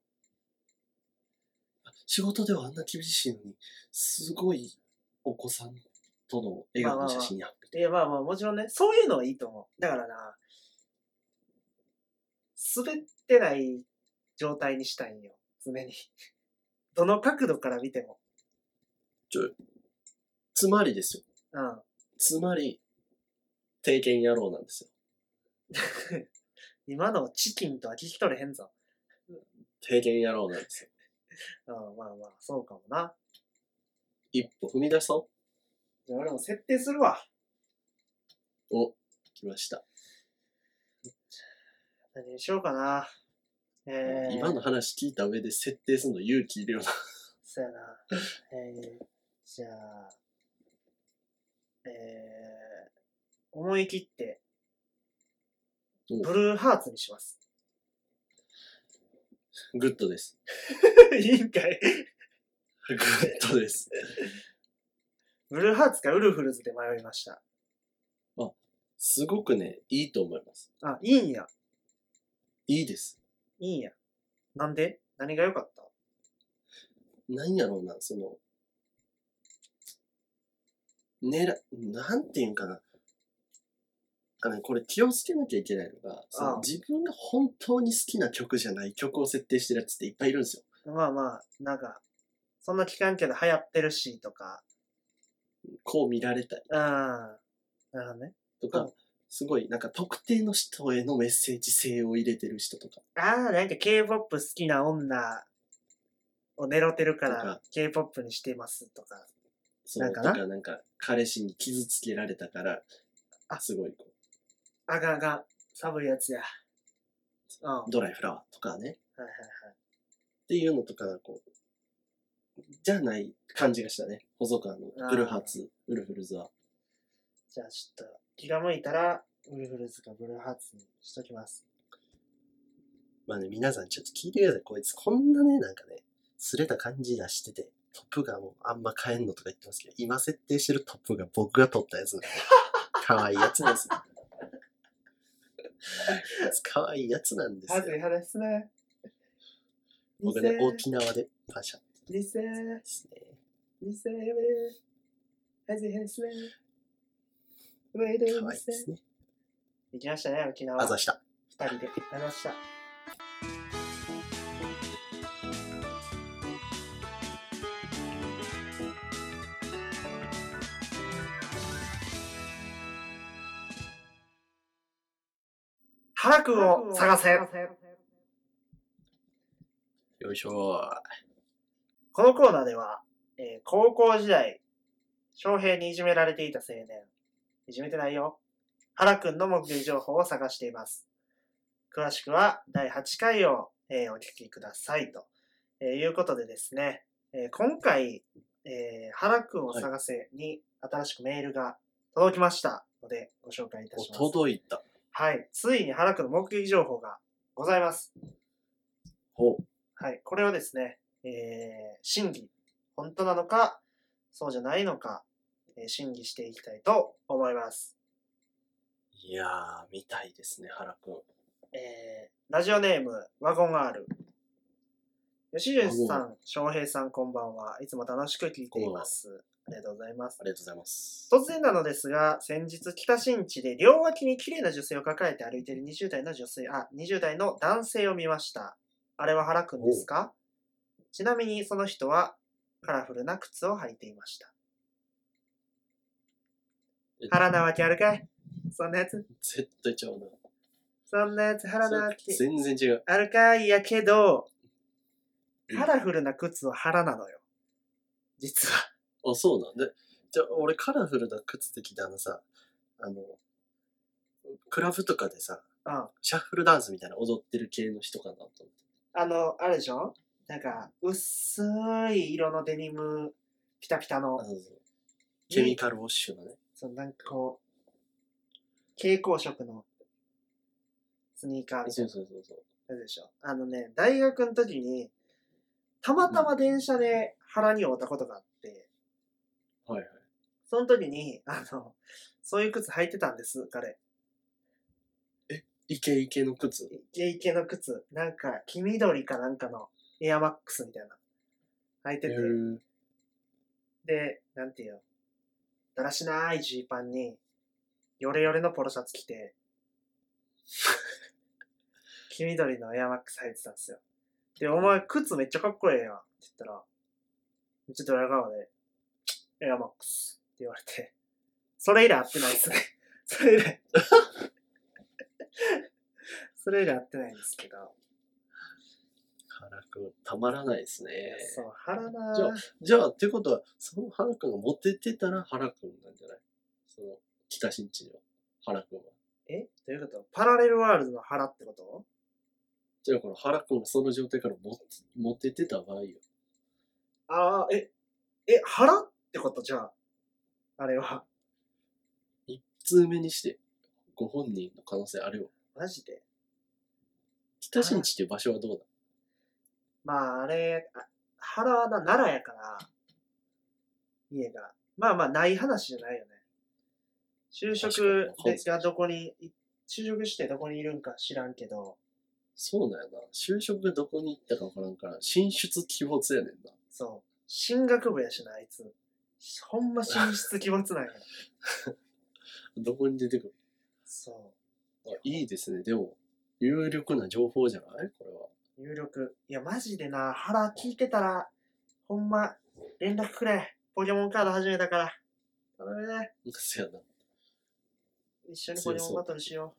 仕事ではあんな厳しいのに、すごいお子さんとの笑顔の写真や。 いや、まあまあ、もちろんね、そういうのはいいと思う。だからな、滑ってない状態にしたいんよ、常に。どの角度から見ても。 つまりですよ。 うん。 つまり、定見野郎なんですよ。 今のチキンとは聞き取れへんぞ。 定見野郎なんですよ。 まあまあ、そうかもな。 一歩踏み出そじゃあ俺も設定するわ。 う。お、来ました。 何にしようかな。 今の話聞いた上で設定するの勇気いるよな。 そうやな。じゃあ、思い切って、ブルーハーツにします。 グッドです。 いいんかい。 グッドです。 ブルーハーツかウルフルズで迷いました。 すごくね、いいと思います。 あ、いいんや。 いいです。 いいんや。なんで？何が良かった？ なんやろうな、その、なんていうんかな。これ気をつけなきゃいけないのが、自分が本当に好きな曲じゃない曲を設定してるやつっていっぱいいるんですよ。 まあまあ、なんか、そんな期間けど流行ってるしとか。 こう見られたい。 なるほどね。 とか、すごい、なんか特定の人へのメッセージ性を入れてる人とか。 なんか K-POP 好きな女を狙ってるから K-POP にしてますとか。 そうとか、なんか彼氏に傷つけられたから、すごいこう。 あかんあかん。寒いやつや。 ドライフラワーとかね。 はいはいはい。 っていうのとか、こう、じゃない感じがしたね。細川のブルーハーツ、ウルフルズは。 じゃあちょっと、気が向いたら、ウルフルズかブルーハーツにしときます。 まあね、皆さんちょっと聞いてください。こいつこんなね、なんかね、すれた感じ出してて、トップがもうあんま変えんのとか言ってますけど、今設定してるトップが僕が取ったやつなんで、可愛いやつですよ。可愛いやつなんですよ。 はずい派ですね。 僕ね、沖縄でパシャ。 リセですね。 リセーブル。はずい派ですね。 可愛いですね。 行きましたね、沖縄。 あざした。 二人であざした。原くんを探せ。 よいしょ。 このコーナーでは、高校時代、翔平にいじめられていた青年、いじめてないよ。原くんの目撃情報を探しています。詳しくは第8回を、お聞きくださいと、いうことでですね、今回、原くんを探せに新しくメールが届きましたのでご紹介いたします。 届いた。 はい。ついに原くんの目撃情報がございます。 ほう。 はい。これをですね、審議、本当なのか、そうじゃないのか、審議していきたいと思います。 いやー、見たいですね、原くん。 ラジオネーム、ワゴン R。吉純さん、翔平さん、こんばんは。いつも楽しく聞いています。ありがとうございます。 ありがとうございます。 突然なのですが、先日北新地で両脇に綺麗な女性を抱えて歩いている20代の男性を見ました。あれは原くんですか？ちなみにその人はカラフルな靴を履いていました。原なわけあるかい？そんなやつ絶対ちゃうな。 そんなやつ原なわけ全然違う。 あるかいやけど、カラフルな靴は原なのよ。実は。 あ、そうなんで。じゃあ、俺カラフルな靴的なさ、 クラブとかでさ、 うん。 シャッフルダンスみたいな踊ってる系の人かなと思って。 あれでしょなんか、薄い色のデニム、ピタピタの。 ケミカルウォッシュのね。 なんかこう、蛍光色のスニーカーみたいな。そう。あれでしょ大学の時に、たまたま電車で腹に会ったことがあって、 はいはい。 その時に、そういう靴履いてたんです、彼。 イケイケの靴？ イケイケの靴。なんか、黄緑かなんかのエアマックスみたいな。履いてて。で、なんていうの。だらしないジーパンに、ヨレヨレのポロシャツ着て、黄緑のエアマックス履いてたんですよ。で、お前靴めっちゃかっこええやんって言ったら、めっちゃドヤ顔で、エアマックスって言われて、それ以来会ってないですね。それ以来会ってないんですけど。 原くん、たまらないですね。 そう、原なじゃあ、ってことは、その原くんがモテてたら原くんなんじゃない？その、北新地の原くんは。 どういうこと？パラレルワールドの原ってこと？ じゃあ、この原くんがその状態からモテてた場合よ。 原ってことじゃあ、あれは。 一通目にして、ご本人の可能性あるよ。 マジで？ 北新地っていう場所はどうだ？ まあ、原は奈良やから、家が。まあ、ない話じゃないよね。就職してどこにいるんか知らんけど。 そうだよな。就職がどこに行ったかわからんから、進出鬼没やねんな。 そう。進学部やしな、あいつ。ほんま進出鬼没なんや。 どこに出てくる？ そう。 いいですね。でも、有力な情報じゃないこれは。 有力。いや、マジでな、原聞いてたら、ほんま、連絡くれ。ポケモンカード始めたから。頼むね。 そうやな。 一緒にポケモンバトルしよ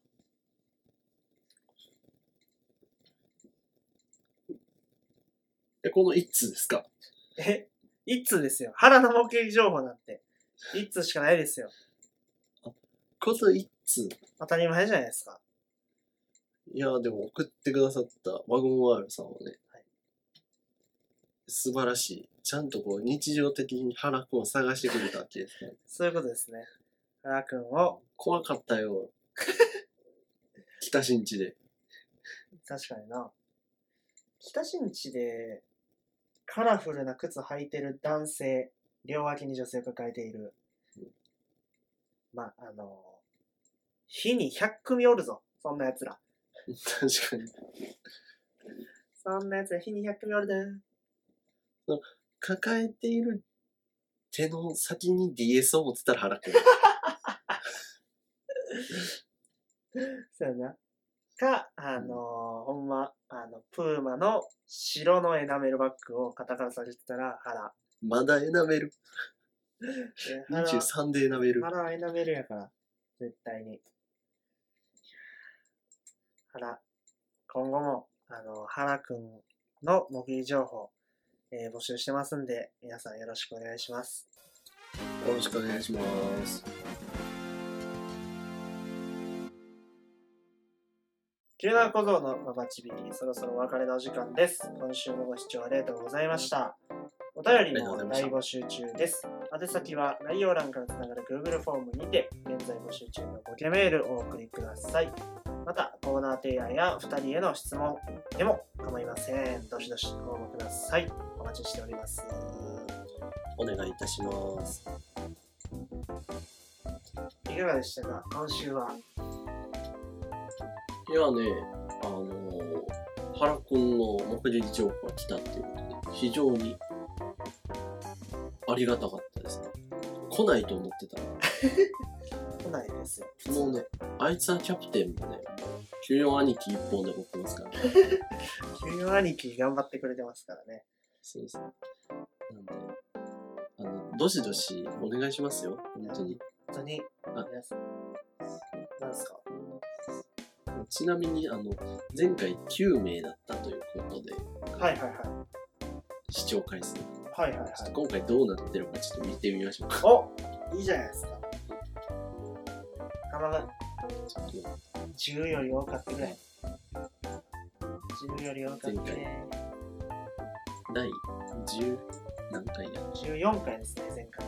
う。この1通ですか？ 一通ですよ。原の目撃情報なんて。一通しかないですよ。 この1通。 当たり前じゃないですか。 いや、でも送ってくださったワゴンワールさんはね、はい、素晴らしい。ちゃんとこう日常的に原くんを探してくれたわけですね。 そういうことですね。原くんを。 怖かったよ。北新地で。 確かにな。北新地でカラフルな靴履いてる男性、両脇に女性を抱えている。まあ、日に100組おるぞ。そんな奴ら。 確かに。 そんな奴ら日に100組おるで。 抱えている手の先に DS を持ってたら原くん。 そうやな。か、ほんま、プーマの白のエナメルバッグを肩から下げてたら原。 まだエナメル。23でエナメル。 原はエナメルやから。絶対に。原。今後も、原くんの目撃情報、募集してますんで、皆さんよろしくお願いします。 よろしくお願いします。 急な小僧のババチビリ、そろそろお別れのお時間です。今週もご視聴ありがとうございました。お便りも大募集中です。宛先は概要欄からつながる Google フォームにて、現在募集中のボケメールをお送りください。また、コーナー提案や2人への質問でも構いません。どしどしご応募ください。お待ちしております。 お願いいたします。 いかがでしたか、今週は。 いやね、原くんの目撃情報が来たっていうことで、非常にありがたかったですね。来ないと思ってた。 来ないですよ。 もうね、あいつはキャプテンもね、94兄貴一本で持ってますからね。 94兄貴頑張ってくれてますからね。 そうですね。なんで、どしどしお願いしますよ、本当に。 本当に。なんですか？ ちなみに、前回9名だったということで、 はいはいはい。 視聴回数。 はいはいはい。 ちょっと今回どうなってるかちょっと見てみましょうか。 お、いいじゃないですか。 かまぶ。10より多かったぐらい。10より多かったね。 第10何回や。 14回ですね、前回。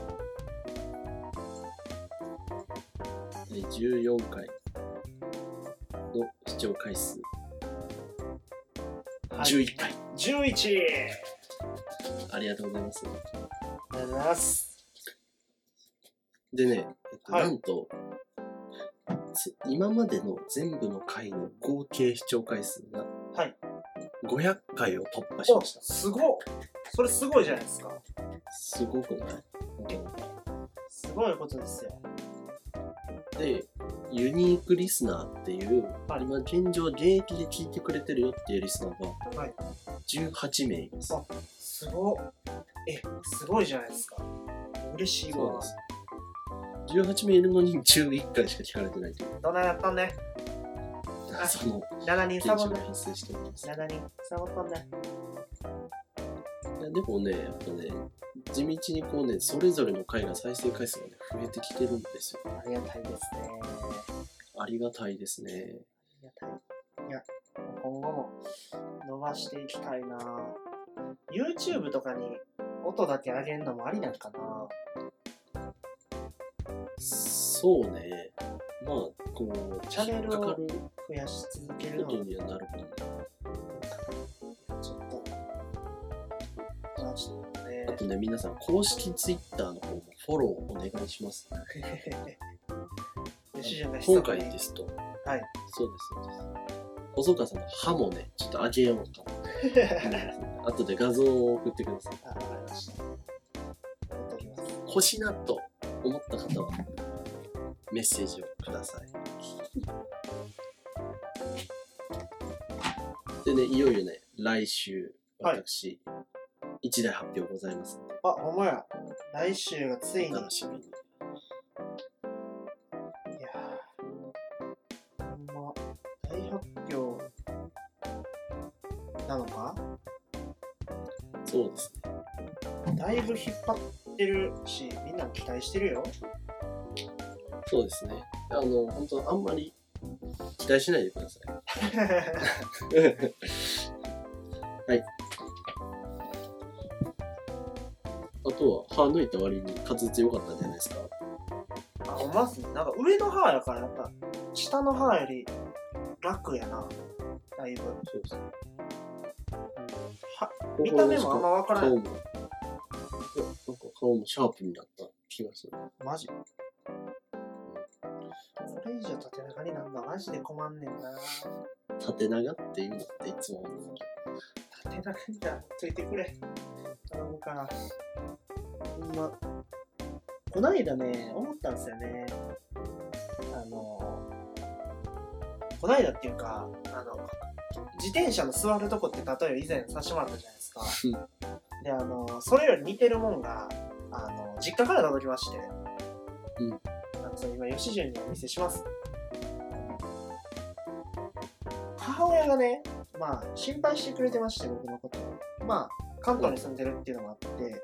第14回の視聴回数。11回。 11! ありがとうございます。 ありがとうございます。 でね、なんと、今までの全部の回の合計視聴回数が500回を突破しました。 すごっ。それすごいじゃないですか。 すごくない？ すごいことですよ。 で、ユニークリスナーっていう、今現状現役で聞いてくれてるよっていうリスナーが18名います。 すごっ。すごいじゃないですか。嬉しいわ。 そうです。18名いるのに11回しか聞かれてないという。 どないやったんね。 その 7人サボンね。 発生しております。 7人サボったんね。 いやでもね、やっぱね、地道にこうね、それぞれの回が再生回数がね、増えてきてるんですよ。 ありがたいですね。 ありがたいですね。 ありがたい。いや、今後も伸ばしていきたいな。YouTube とかに音だけ上げるのもありなんかな。 そうね。まあ、こう、 チャンネルを増やし続けるのことにはなるかもね。 ちょっと、 あとね、皆さん、公式 Twitter の方もフォローお願いします。今回ですと、 はい。 そうです、そうです。細川さんの歯もね、ちょっと上げようと。後で画像を送ってください。 わかりました。 欲しいなと思った方は、メッセージをください。でね、いよいよね、来週、私、一大発表ございますので。 ほんまや。来週がついに。 楽しみに。 いやー、ほんま、大発表なのか？ そうですね。 だいぶ引っ張ってるし、みんなも期待してるよ。 そうですね。本当あんまり期待しないでください。はい。あとは、歯抜いた割に滑舌良かったんじゃないですか。 ほんまっすね。なんか上の歯やから、やっぱ、下の歯より楽やな。だいぶ。 そうですね。 見た目もあんま分からない。 なんか顔もシャープになった気がする。 マジ？これ以上縦長になるのマジで困んねんな。 縦長っていうのっていつも思うけど。縦長になついてくれ。頼むから。ほんま。こないだね、思ったんですよね。こないだっていうか、自転車の座るとこって例えば以前させてもらったじゃないですか。で、それより似てるもんが、実家から届きまして。それ今、吉純にお見せします。母親がね、まあ、心配してくれてまして、僕のことを。まあ、関東に住んでるっていうのもあって、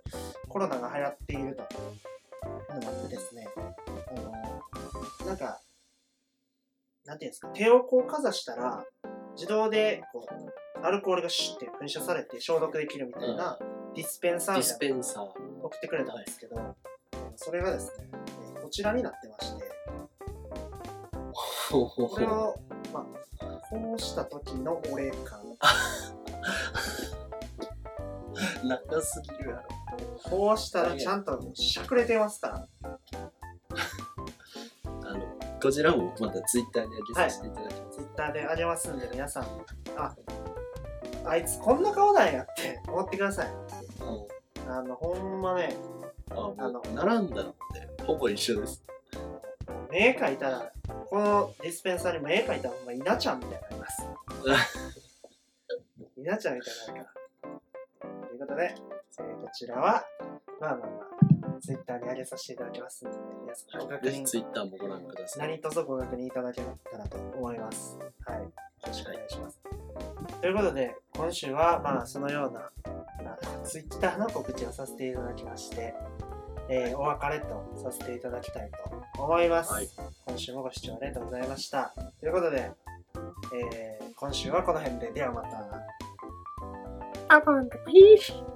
コロナが流行っているというのもあってですね、なんか、なんていうんですか、手をこうかざしたら、自動でこうアルコールがシュッて噴射されて消毒できるみたいなディスペンサーみたいなのを送ってくれたんですけど、それがですね、こちらになってまして、これを、まあ、こうした時のお礼感。 長すぎるやろ。 こうしたらちゃんとしゃくれてますから。 こちらもまたツイッターに上げさせていただきます。 ツイッターで上げますんで、皆さん、あいつこんな顔なんやって思ってください。ほんまね、 並んだのでほぼ一緒です。 目描いたら、このディスペンサーに目描いたらほんま稲ちゃんみたいになります。稲ちゃんみたいになるから。ということで、こちらは、まあ、ツイッターに上げさせていただきますので、皆さんご確認、 ツイッターもご覧ください。 何卒ご確認いただけたらと思います。はい。よろしくお願いします。ということで、今週は、まあ、そのような、ツイッターの告知をさせていただきまして、 お別れとさせていただきたいと思います。 はい、 今週もご視聴ありがとうございました。ということで、今週はこの辺で、ではまた。 アバンドピース